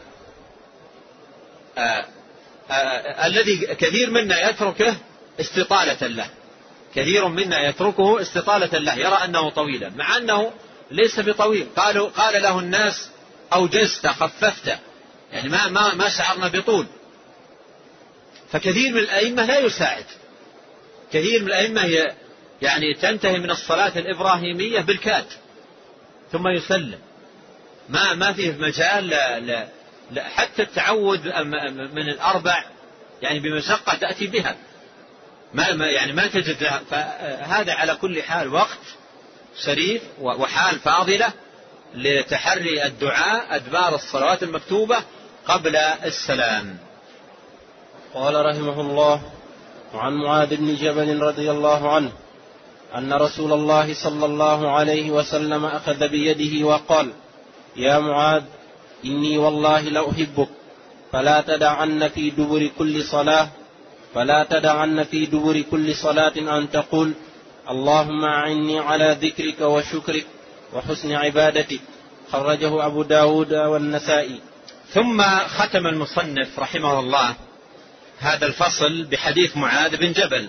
A: آآ آآ الذي كثير منا يتركه استطالة له، كثير منا يتركه استطالة له، يرى أنه طويلا مع أنه ليس بطويل. قالوا قال له الناس: أوجزت خففت، يعني ما, ما, ما شعرنا بطول. فكثير من الأئمة لا يساعد، كثير من الأئمة هي يعني تنتهي من الصلاة الإبراهيمية بالكاد ثم يسلم، ما ما فيه مجال لا لا لا حتى التعود من الأربع يعني بمشقة تأتي بها، ما يعني ما تجد لها. فهذا على كل حال وقت شريف وحال فاضلة لتحري الدعاء أدبار الصلوات المكتوبة قبل السلام.
B: قال رحمه الله: وعن معاذ بن جبل رضي الله عنه أن رسول الله صلى الله عليه وسلم أخذ بيده وقال: يا معاذ، إني والله لأحبك، فلا تدعن في دبر كل صلاة فلا تدعن في دبر كل صلاة أن تقول: اللهم أعني على ذكرك وشكرك وحسن عبادتك. خرجه أبو داود والنسائي.
A: ثم ختم المصنف رحمه الله هذا الفصل بحديث معاذ بن جبل.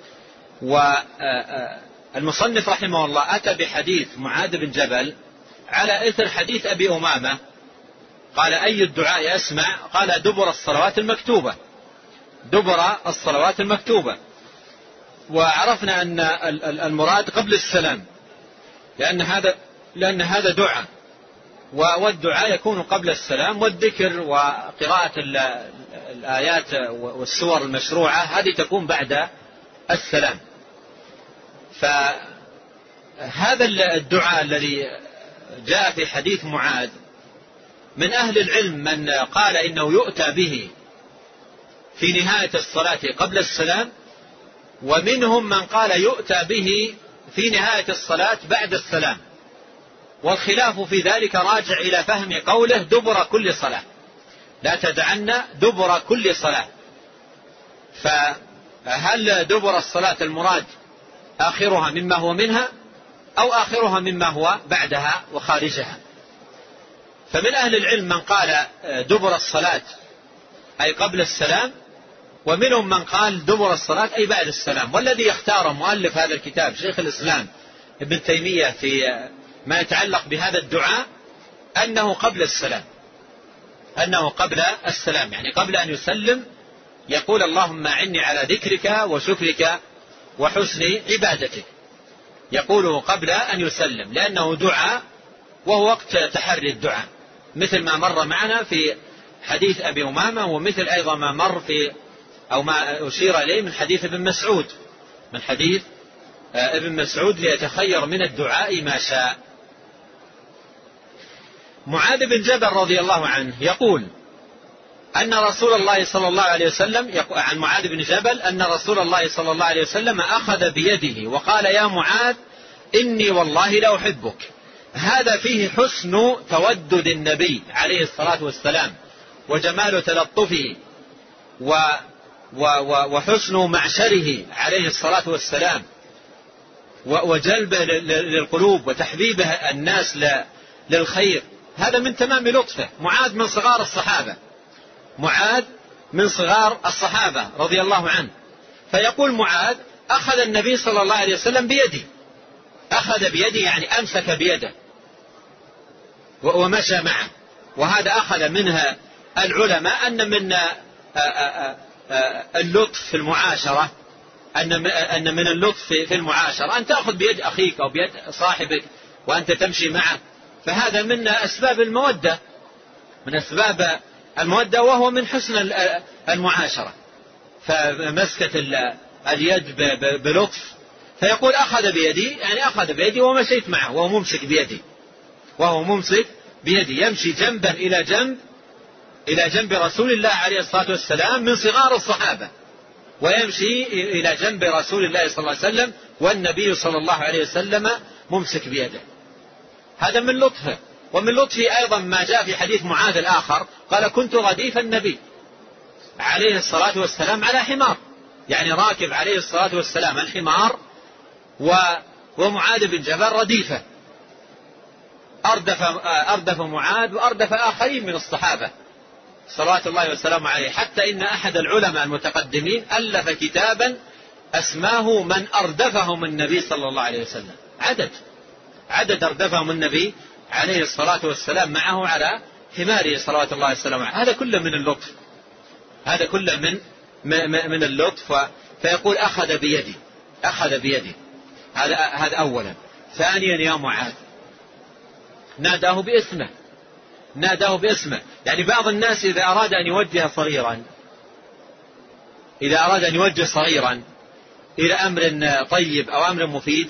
A: والمصنف رحمه الله أتى بحديث معاذ بن جبل على إثر حديث أبي أمامة. قال: أي الدعاء أسمع؟ قال: دبر الصلوات المكتوبة، دبر الصلوات المكتوبة. وعرفنا أن المراد قبل السلام، لأن هذا لأن هذا دعاء، والدعاء يكون قبل السلام، والذكر وقراءة الآيات والسور المشروعة هذه تكون بعد السلام. فهذا الدعاء الذي جاء في حديث معاذ من أهل العلم من قال إنه يؤتى به في نهاية الصلاة قبل السلام، ومنهم من قال يؤتى به في نهاية الصلاة بعد السلام. والخلاف في ذلك راجع إلى فهم قوله دبر كل صلاة، لا تدعن دبر كل صلاة. فهل دبر الصلاة المراد آخرها مما هو منها، أو آخرها مما هو بعدها وخارجها؟ فمن أهل العلم من قال دبر الصلاة أي قبل السلام، ومنهم من قال دبر الصلاة أي بعد السلام. والذي يختار مؤلف هذا الكتاب شيخ الإسلام ابن تيمية في ما يتعلق بهذا الدعاء أنه قبل السلام، أنه قبل السلام، يعني قبل أن يسلم يقول اللهم أعني على ذكرك وشكرك وحسن عبادتك، يقوله قبل أن يسلم، لأنه دعاء وهو وقت تحري الدعاء، مثل ما مر معنا في حديث أبي أمامة، ومثل أيضا ما مر في أو ما أشير إليه من حديث ابن مسعود، من حديث ابن مسعود ليتخير من الدعاء ما شاء. معاذ بن جبل رضي الله عنه يقول أن رسول الله صلى الله عليه وسلم، عن معاذ بن جبل أن رسول الله صلى الله عليه وسلم أخذ بيده وقال يا معاذ إني والله لأحبك. هذا فيه حسن تودد النبي عليه الصلاة والسلام وجمال تلطفه و وحسن معشره عليه الصلاة والسلام وجلبه للقلوب وتحبيبه الناس للخير. هذا من تمام لطفه. معاذ من صغار الصحابة، معاذ من صغار الصحابة رضي الله عنه. فيقول معاذ أخذ النبي صلى الله عليه وسلم بيدي، أخذ بيدي يعني أمسك بيده ومشى معه. وهذا أخذ منها العلماء أن من اللطف في المعاشرة، أن من اللطف في المعاشرة أن تأخذ بيد أخيك أو بيد صاحبك وأنت تمشي معه، فهذا من أسباب المودة، من أسباب المودة وهو من حسن المعاشرة. فمسكة اليد بلطف. فيقول أخذ بيدي يعني أخذ بيدي ومشيت معه وهو ممسك بيدي، وهو ممسك بيدي يمشي جنبا إلى جنب إلى جنب رسول الله عليه الصلاة والسلام من صغار الصحابة، ويمشي إلى جنب رسول الله صلى الله عليه وسلم والنبي صلى الله عليه وسلم ممسك بيده. هذا من لطفه. ومن لطفه أيضا ما جاء في حديث معاذ الآخر قال كنت رديف النبي عليه الصلاة والسلام على حمار، يعني راكب عليه الصلاة والسلام الحمار ومعاذ بن جبل رديفه. أردف, أردف معاذ وأردف آخرين من الصحابة صلوات الله والسلام عليه، حتى إن أحد العلماء المتقدمين ألف كتابا أسماه من أردفهم النبي صلى الله عليه وسلم. عدد عدد أردفهم النبي عليه الصلاة والسلام معه على حماره صلوات الله والسلام عليه. هذا كله من اللطف، هذا كله من من اللطف. فيقول أخذ بيدي، أخذ بيدي. هذا هذا أولا. ثانيا يا معاذ، ناداه باسمه، ناداه باسمه. يعني بعض الناس إذا أراد أن يوجه صغيرا، إذا أراد أن يوجه صغيرا إلى أمر طيب أو أمر مفيد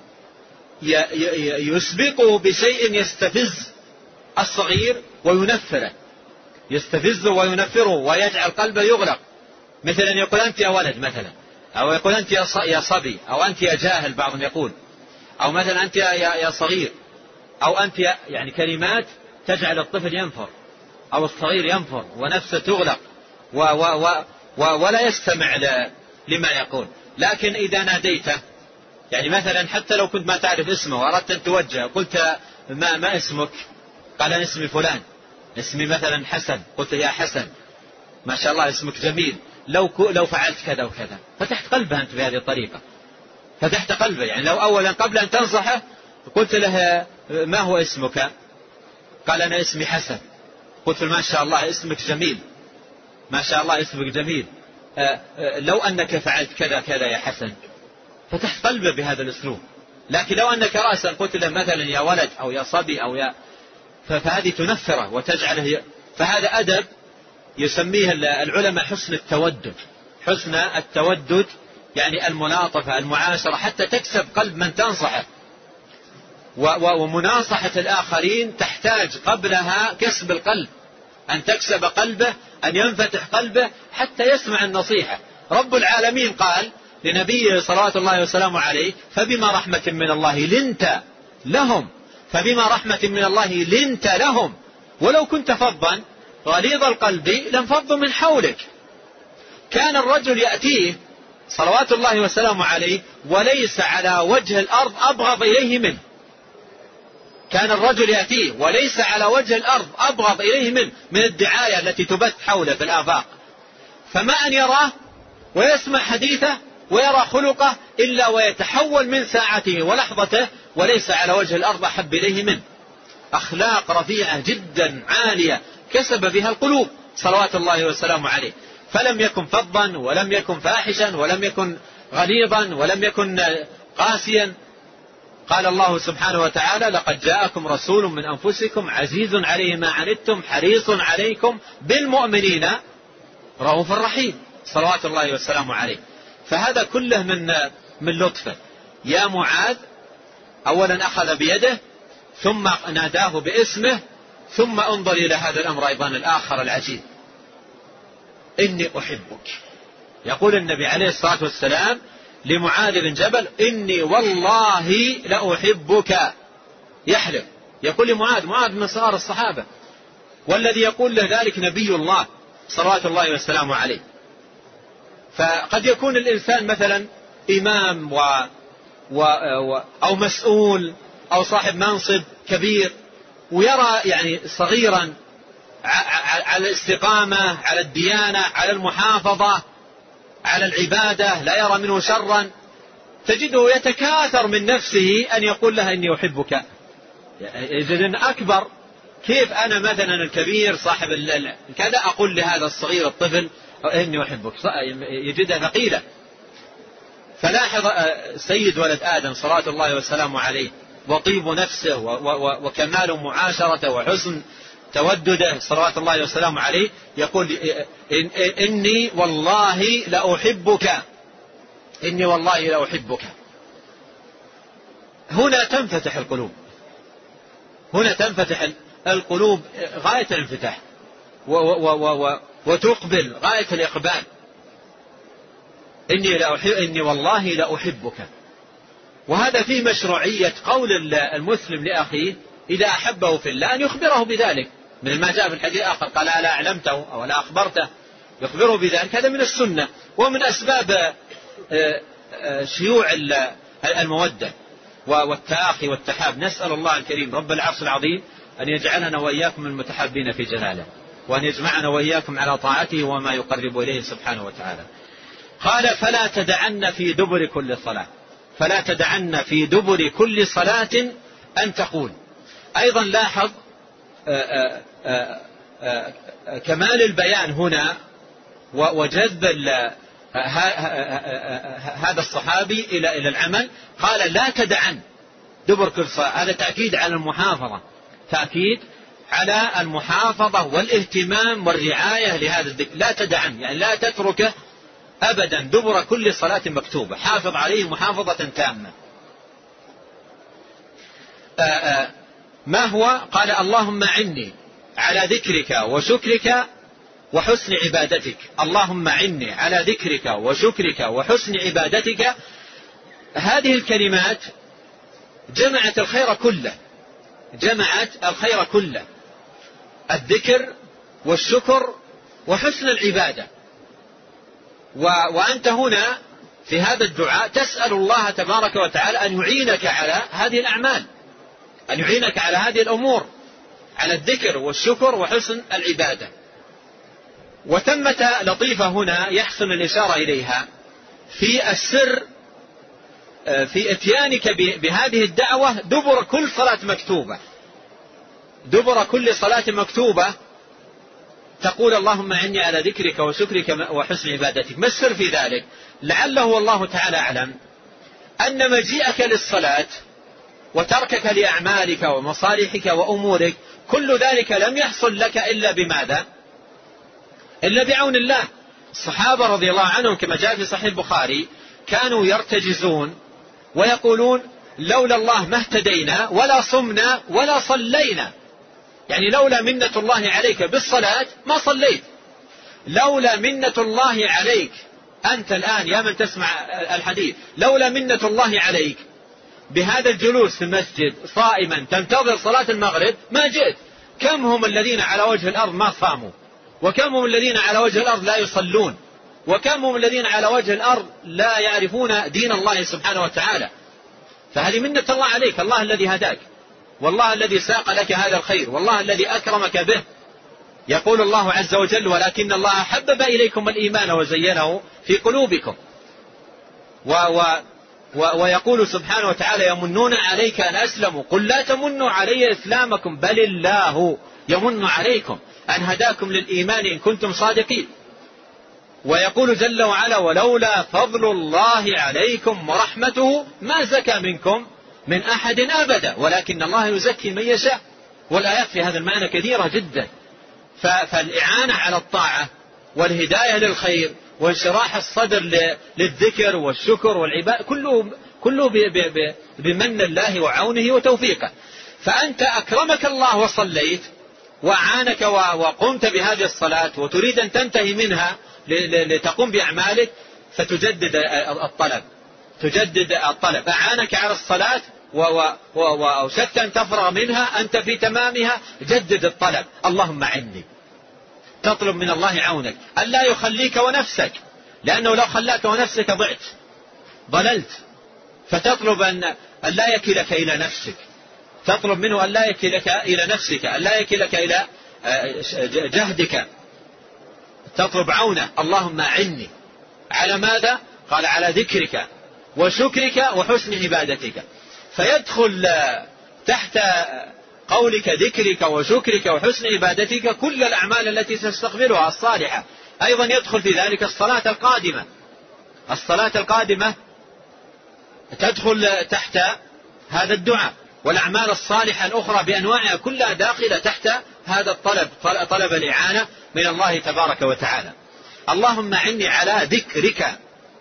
A: يسبقه بشيء يستفز الصغير وينفره، يستفزه وينفره ويجعل قلبه يغلق، مثلا يقول أنت يا ولد مثلا، أو يقول أنت يا صبي، أو أنت يا جاهل بعضهم يقول، أو مثلا أنت يا صغير، أو أنت يعني كلمات تجعل الطفل ينفر أو الصغير ينفر ونفسه تغلق و و و ولا يستمع لما يقول. لكن إذا ناديته، يعني مثلا حتى لو كنت ما تعرف اسمه وأردت أن توجه قلت ما, ما اسمك؟ قال أنا اسمي فلان، اسمي مثلا حسن، قلت يا حسن ما شاء الله اسمك جميل، لو لو فعلت كذا وكذا، فتحت قلبه أنت بهذه الطريقة، فتحت قلبه. يعني لو أولا قبل أن تنصحه قلت له ما هو اسمك؟ قال أنا اسمي حسن، قلت ما شاء الله اسمك جميل، ما شاء الله اسمك جميل، لو أنك فعلت كذا كذا يا حسن، فتحت قلبه بهذا الأسلوب. لكن لو أنك رأسا قلت له مثلا يا ولد أو يا صبي أو يا، فهذه تنفره وتجعله. فهذا أدب يسميه العلماء حسن التودد، حسن التودد يعني الملاطفة، المعاشرة، حتى تكسب قلب من تنصحه. ومناصحة الآخرين تحتاج قبلها كسب القلب، أن تكسب قلبه، أن ينفتح قلبه حتى يسمع النصيحة. رب العالمين قال لنبيه صلوات الله وسلامه عليه فبما رحمة من الله لنت لهم، فبما رحمة من الله لنت لهم ولو كنت فظا غليظ القلب لانفضوا من حولك. كان الرجل يأتيه صلوات الله وسلامه عليه وليس على وجه الأرض أبغض إليه منه، كان الرجل يأتيه وليس على وجه الأرض أبغض إليه منه من الدعاية التي تبث حوله في الآفاق، فما أن يراه ويسمع حديثه ويرى خلقه إلا ويتحول من ساعته ولحظته، وليس على وجه الأرض أحب إليه منه. أخلاق رفيعة جدا عالية كسب بها القلوب صلوات الله وسلامه عليه. فلم يكن فظا ولم يكن فاحشا ولم يكن غليظا ولم يكن قاسيا. قال الله سبحانه وتعالى: لقد جاءكم رسول من أنفسكم عزيز عليه ما عنتم حريص عليكم بالمؤمنين رؤوف رحيم صلوات الله وسلامه عليه. فهذا كله من من لطفه. يا معاذ، أولا أخذ بيده ثم ناداه باسمه، ثم انظر إلى هذا الأمر أيضا الآخر العجيب: إني أحبك. يقول النبي عليه الصلاة والسلام لمعاذ بن جبل: إني والله لأحبك. يحلف، يقول لمعاذ، معاذ من صغار الصحابة، والذي يقول له ذلك نبي الله صلوات الله والسلام عليه. فقد يكون الإنسان مثلا إمام و... و... و... أو مسؤول أو صاحب منصب كبير، ويرى يعني صغيرا على الاستقامة، على الديانة، على المحافظة، على العبادة، لا يرى منه شرا، تجده يتكاثر من نفسه أن يقول لها إني أحبك. يجد أن أكبر، كيف أنا مثلا الكبير صاحب كذا أقول لهذا الصغير الطفل إني أحبك؟ يجدها ثقيلة. فلاحظ سيد ولد آدم صلوات الله والسلام عليه وطيب نفسه وكمال معاشرته وحسن تودده صلوات الله والسلام عليه، يقول: إني والله لأحبك، إني والله لأحبك. هنا تنفتح القلوب، هنا تنفتح القلوب غاية الانفتاح وتقبل غاية الإقبال. إني, لأحب إني والله لأحبك. وهذا فيه مشروعية قول المسلم لأخيه إذا أحبه في الله أن يخبره بذلك، من ما جاء في الحديث الآخر قال: لا أعلمته أو لا أخبرته، يخبره بذلك. هذا من السنة ومن أسباب شيوع المودة والتآخي والتحاب. نسأل الله الكريم رب العرش العظيم أن يجعلنا وإياكم المتحابين في جلاله، وأن يجمعنا وإياكم على طاعته وما يقرب إليه سبحانه وتعالى. قال: فلا تدعن في دبر كل صلاة، فلا تدعن في دبر كل صلاة أن تقول. أيضا لاحظ آآ آآ آآ كمال البيان هنا وجذب هذا الصحابي إلى إلى العمل. قال: لا تدعن دبر كل صلاة، هذا تأكيد على المحافظة، تأكيد على المحافظة والاهتمام والرعاية لهذا الذكر. لا تدعن يعني لا تتركه أبدا دبر كل صلاة مكتوبة، حافظ عليه محافظة تامة. آآ آآ ما هو؟ قال: اللهم عني على ذكرك وشكرك وحسن عبادتك. اللهم عني على ذكرك وشكرك وحسن عبادتك. هذه الكلمات جمعت الخير كله، جمعت الخير كله، الذكر والشكر وحسن العبادة. وأنت هنا في هذا الدعاء تسأل الله تبارك وتعالى أن يعينك على هذه الأعمال، أن يعينك على هذه الأمور، على الذكر والشكر وحسن العبادة. وثمة لطيفة هنا يحسن الإشارة إليها في السر في إتيانك بهذه الدعوة دبر كل صلاة مكتوبة، دبر كل صلاة مكتوبة تقول: اللهم عني على ذكرك وشكرك وحسن عبادتك. ما السر في ذلك؟ لعله والله تعالى أعلم أن مجيئك للصلاة وتركك لأعمالك ومصالحك وأمورك كل ذلك لم يحصل لك إلا بماذا؟ إلا بعون الله. الصحابة رضي الله عنهم كما جاء في صحيح البخاري كانوا يرتجزون ويقولون: لولا الله ما اهتدينا ولا صمنا ولا صلينا. يعني لولا منة الله عليك بالصلاة ما صليت، لولا منة الله عليك أنت الآن يا من تسمع الحديث، لولا منة الله عليك بهذا الجلوس في المسجد صائما تنتظر صلاة المغرب ما جئت. كم هم الذين على وجه الأرض ما صاموا، وكم هم الذين على وجه الأرض لا يصلون، وكم هم الذين على وجه الأرض لا يعرفون دين الله سبحانه وتعالى. فهذه منة الله عليك، الله الذي هداك، والله الذي ساق لك هذا الخير، والله الذي أكرمك به. يقول الله عز وجل ولكن الله حبب إليكم الإيمان وزينه في قلوبكم. و و و ويقول سبحانه وتعالى يمنون عليك أن أسلموا قل لا تمنوا علي إسلامكم بل الله يمن عليكم أن هداكم للإيمان إن كنتم صادقين. ويقول جل وعلا ولولا فضل الله عليكم ورحمته ما زكى منكم من أحد أبدا ولكن الله يزكي من يشاء. والآيات في هذا المعنى كثيرة جدا. فالإعانة على الطاعة والهداية للخير وانشراح الصدر للذكر والشكر والعبادة كله, كله بمن الله وعونه وتوفيقه. فأنت أكرمك الله وصليت وأعانك وقمت بهذه الصلاة وتريد أن تنتهي منها لتقوم بأعمالك فتجدد الطلب تجدد الطلب أعانك على الصلاة وأوشكت أن تفرغ منها أنت في تمامها جدد الطلب اللهم عني. تطلب من الله عونك ألا يخليك ونفسك لأنه لو خلاك ونفسك ضعت ضللت. فتطلب أن لا يكلك إلى نفسك تطلب منه أن لا يكلك إلى نفسك أن لا يكلك إلى جهدك تطلب عونه اللهم عني على ماذا؟ قال على ذكرك وشكرك وحسن عبادتك. فيدخل تحت قولك ذكرك وشكرك وحسن عبادتك كل الأعمال التي تستقبلها الصالحة. أيضا يدخل في ذلك الصلاة القادمة الصلاة القادمة تدخل تحت هذا الدعاء والأعمال الصالحة الأخرى بأنواعها كلها داخلة تحت هذا الطلب طلب الإعانة من الله تبارك وتعالى. اللهم عني على ذكرك.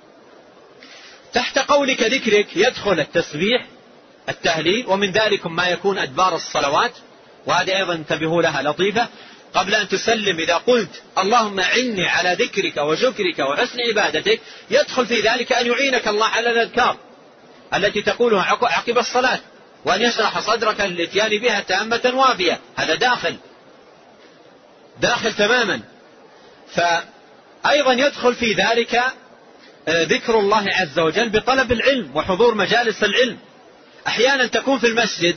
A: تحت قولك ذكرك يدخل التسبيح التهليل ومن ذلك ما يكون أدبار الصلوات وهذه أيضا انتبهوا لها لطيفة قبل أن تسلم. إذا قلت اللهم عني على ذكرك وشكرك وحسن عبادتك يدخل في ذلك أن يعينك الله على الأذكار التي تقولها عقب الصلاة وأن يشرح صدرك للاتيان بها تامة وافية. هذا داخل داخل تماما. فأيضا يدخل في ذلك ذكر الله عز وجل بطلب العلم وحضور مجالس العلم. أحيانا تكون في المسجد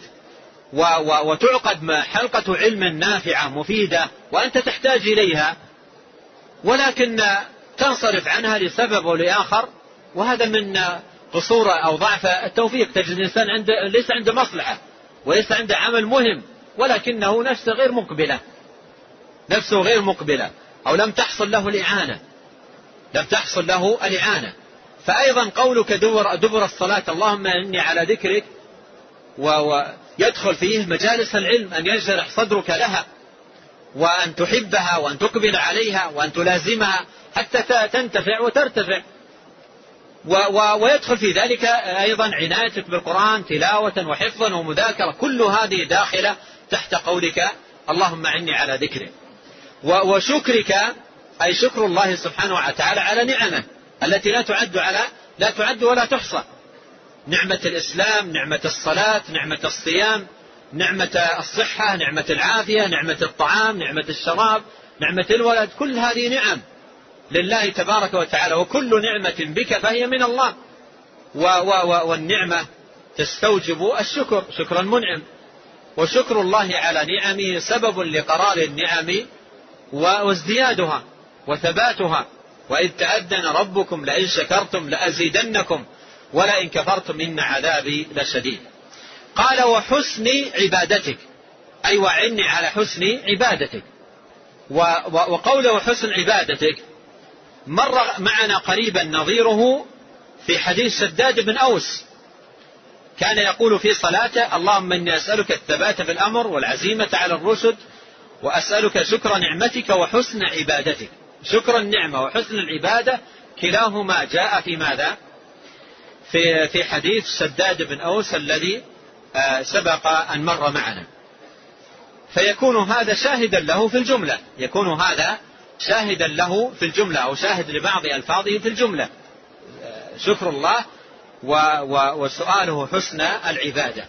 A: وتعقد حلقة علم نافعة مفيدة وأنت تحتاج إليها ولكن تنصرف عنها لسبب أو لآخر وهذا من قصور أو ضعف التوفيق. تجد الإنسان عنده ليس عنده مصلحة وليس عنده عمل مهم ولكنه نفسه غير مقبلة نفسه غير مقبلة أو لم تحصل له الإعانة لم تحصل له الإعانة. فأيضا قولك دبر, دبر الصلاة اللهم إني على ذكرك ويدخل فيه مجالس العلم أن ينشرح صدرك لها وأن تحبها وأن تقبل عليها وأن تلازمها حتى تنتفع وترتفع. ويدخل في ذلك أيضا عنايتك بالقرآن تلاوة وحفظا ومذاكرة كل هذه داخلة تحت قولك اللهم عني على ذكرك. وشكرك أي شكر الله سبحانه وتعالى على نعمه التي لا تعد على لا تعد ولا تحصى. نعمة الإسلام نعمة الصلاة نعمة الصيام نعمة الصحة نعمة العافية نعمة الطعام نعمة الشراب نعمة الولد كل هذه نعم لله تبارك وتعالى وكل نعمة بك فهي من الله. والنعمة تستوجب الشكر شكر المنعم وشكر الله على نعمه سبب لقرار النعم وازديادها وثباتها. وإذ تأذن ربكم لئن شكرتم لأزيدنكم ولئن كفرتم إن عذابي لشديد. قال وحسن عبادتك أي وعني على حسن عبادتك. وقوله حسن عبادتك مر معنا قريبا نظيره في حديث شداد بن أوس كان يقول في صلاته اللهم إني أسألك الثبات في الأمر والعزيمة على الرشد وأسألك شكر نعمتك وحسن عبادتك. شكر النعمة وحسن العبادة كلاهما جاء في ماذا؟ في في حديث شداد بن أوس الذي سبق أن مر معنا. فيكون هذا شاهدا له في الجملة يكون هذا شاهدا له في الجملة أو شاهد لبعض ألفاظه في الجملة شكر الله وسؤاله حسن العبادة.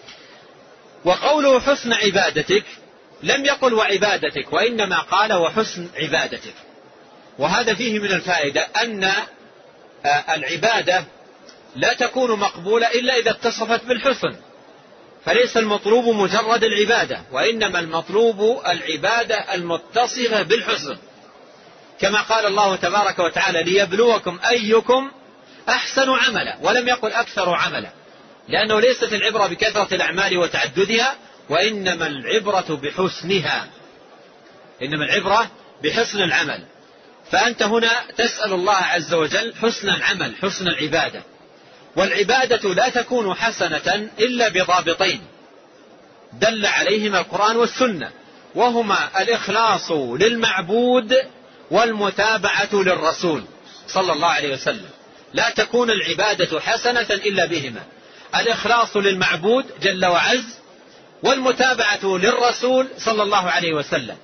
A: وقوله حسن عبادتك لم يقل وعبادتك وإنما قال وحسن عبادتك. وهذا فيه من الفائدة أن العبادة لا تكون مقبولة إلا إذا اتصفت بالحسن. فليس المطلوب مجرد العبادة، وإنما المطلوب العبادة المتصفة بالحسن، كما قال الله تبارك وتعالى ليبلوكم أيكم أحسن عملا، ولم يقل أكثر عملا، لأنه ليست العبرة بكثرة الأعمال وتعددها، وإنما العبرة بحسنها، إنما العبرة بحسن العمل. فأنت هنا تسأل الله عز وجل حسن العمل، حسن العبادة. والعبادة لا تكون حسنة إلا بضابطين دل عليهما القرآن والسنة، وهما الإخلاص للمعبود والمتابعة للرسول صلى الله عليه وسلم. لا تكون العبادة حسنة إلا بهما، الإخلاص للمعبود جل وعز والمتابعة للرسول صلى الله عليه وسلم.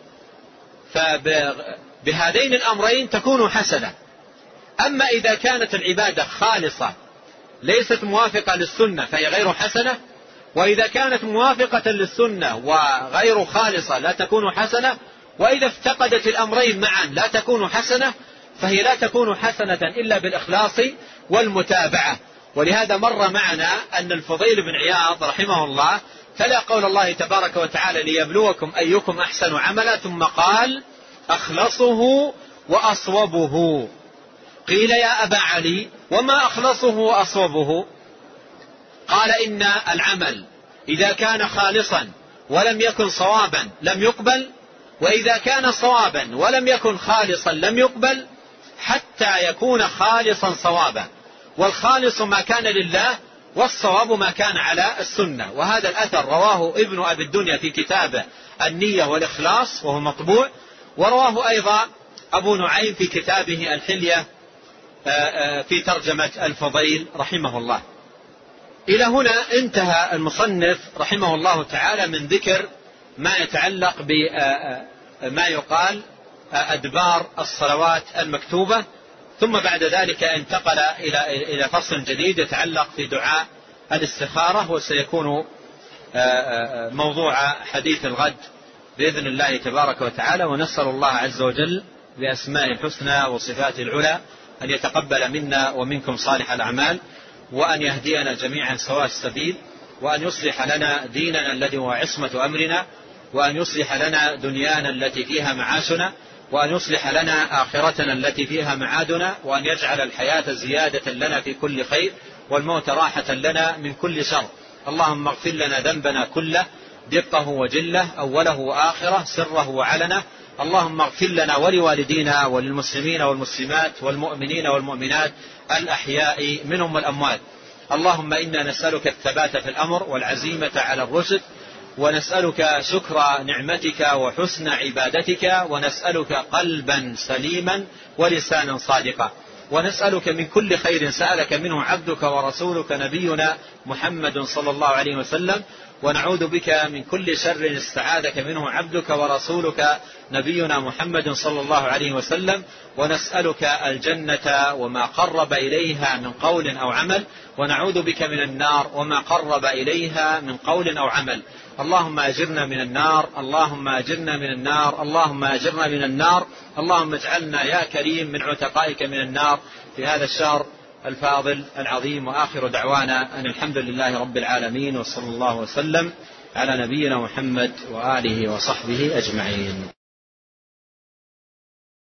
A: فبهذين الأمرين تكون حسنة. أما إذا كانت العبادة خالصة ليست موافقة للسنة فهي غير حسنة، وإذا كانت موافقة للسنة وغير خالصة لا تكون حسنة، وإذا افتقدت الأمرين معا لا تكون حسنة، فهي لا تكون حسنة إلا بالإخلاص والمتابعة. ولهذا مر معنا أن الفضيل بن عياض رحمه الله تلا قول الله تبارك وتعالى ليبلوكم أيكم أحسن عملا، ثم قال أخلصه وأصوبه. قيل يا أبا علي وما أخلصه وأصوبه؟ قال إن العمل إذا كان خالصا ولم يكن صوابا لم يقبل، وإذا كان صوابا ولم يكن خالصا لم يقبل، حتى يكون خالصا صوابا. والخالص ما كان لله، والصواب ما كان على السنة. وهذا الأثر رواه ابن أبي الدنيا في كتابه النية والإخلاص وهو مطبوع، ورواه أيضا أبو نعيم في كتابه الحلية في ترجمة الفضيل رحمه الله. إلى هنا انتهى المصنف رحمه الله تعالى من ذكر ما يتعلق بما يقال أدبار الصلوات المكتوبة، ثم بعد ذلك انتقل إلى إلى فصل جديد يتعلق في دعاء الاستخارة، وسيكون موضوع حديث الغد بإذن الله تبارك وتعالى. ونسأل الله عز وجل بأسماء الحسنى وصفات العلى أن يتقبل منا ومنكم صالح الأعمال، وأن يهدينا جميعا سواء السبيل، وأن يصلح لنا ديننا الذي هو عصمة أمرنا، وأن يصلح لنا دنيانا التي فيها معاشنا، وأن يصلح لنا آخرتنا التي فيها معادنا، وأن يجعل الحياة زيادة لنا في كل خير والموت راحة لنا من كل شر. اللهم اغفر لنا ذنبنا كله، دقه وجله، أوله وآخره، سره وعلنه. اللهم اغفر لنا ولوالدينا وللمسلمين والمسلمات والمؤمنين والمؤمنات الأحياء منهم والأموات. اللهم إنا نسألك الثبات في الأمر والعزيمة على الرشد، ونسألك شكر نعمتك وحسن عبادتك، ونسألك قلبا سليما ولسانا صادقا، ونسألك من كل خير سألك منه عبدك ورسولك نبينا محمد صلى الله عليه وسلم، ونعوذ بك من كل شر استعاذك منه عبدك ورسولك نبينا محمد صلى الله عليه وسلم، ونسألك الجنة وما قرب إليها من قول أو عمل، ونعوذ بك من النار وما قرب إليها من قول أو عمل. اللهم أجرنا من النار، اللهم أجرنا من النار، اللهم أجرنا من النار. اللهم اجعلنا يا كريم من عتقائك من النار في هذا الشهر الفاضل العظيم. وآخر دعوانا أن الحمد لله رب العالمين، وصلى الله وسلم على نبينا محمد وآله وصحبه أجمعين.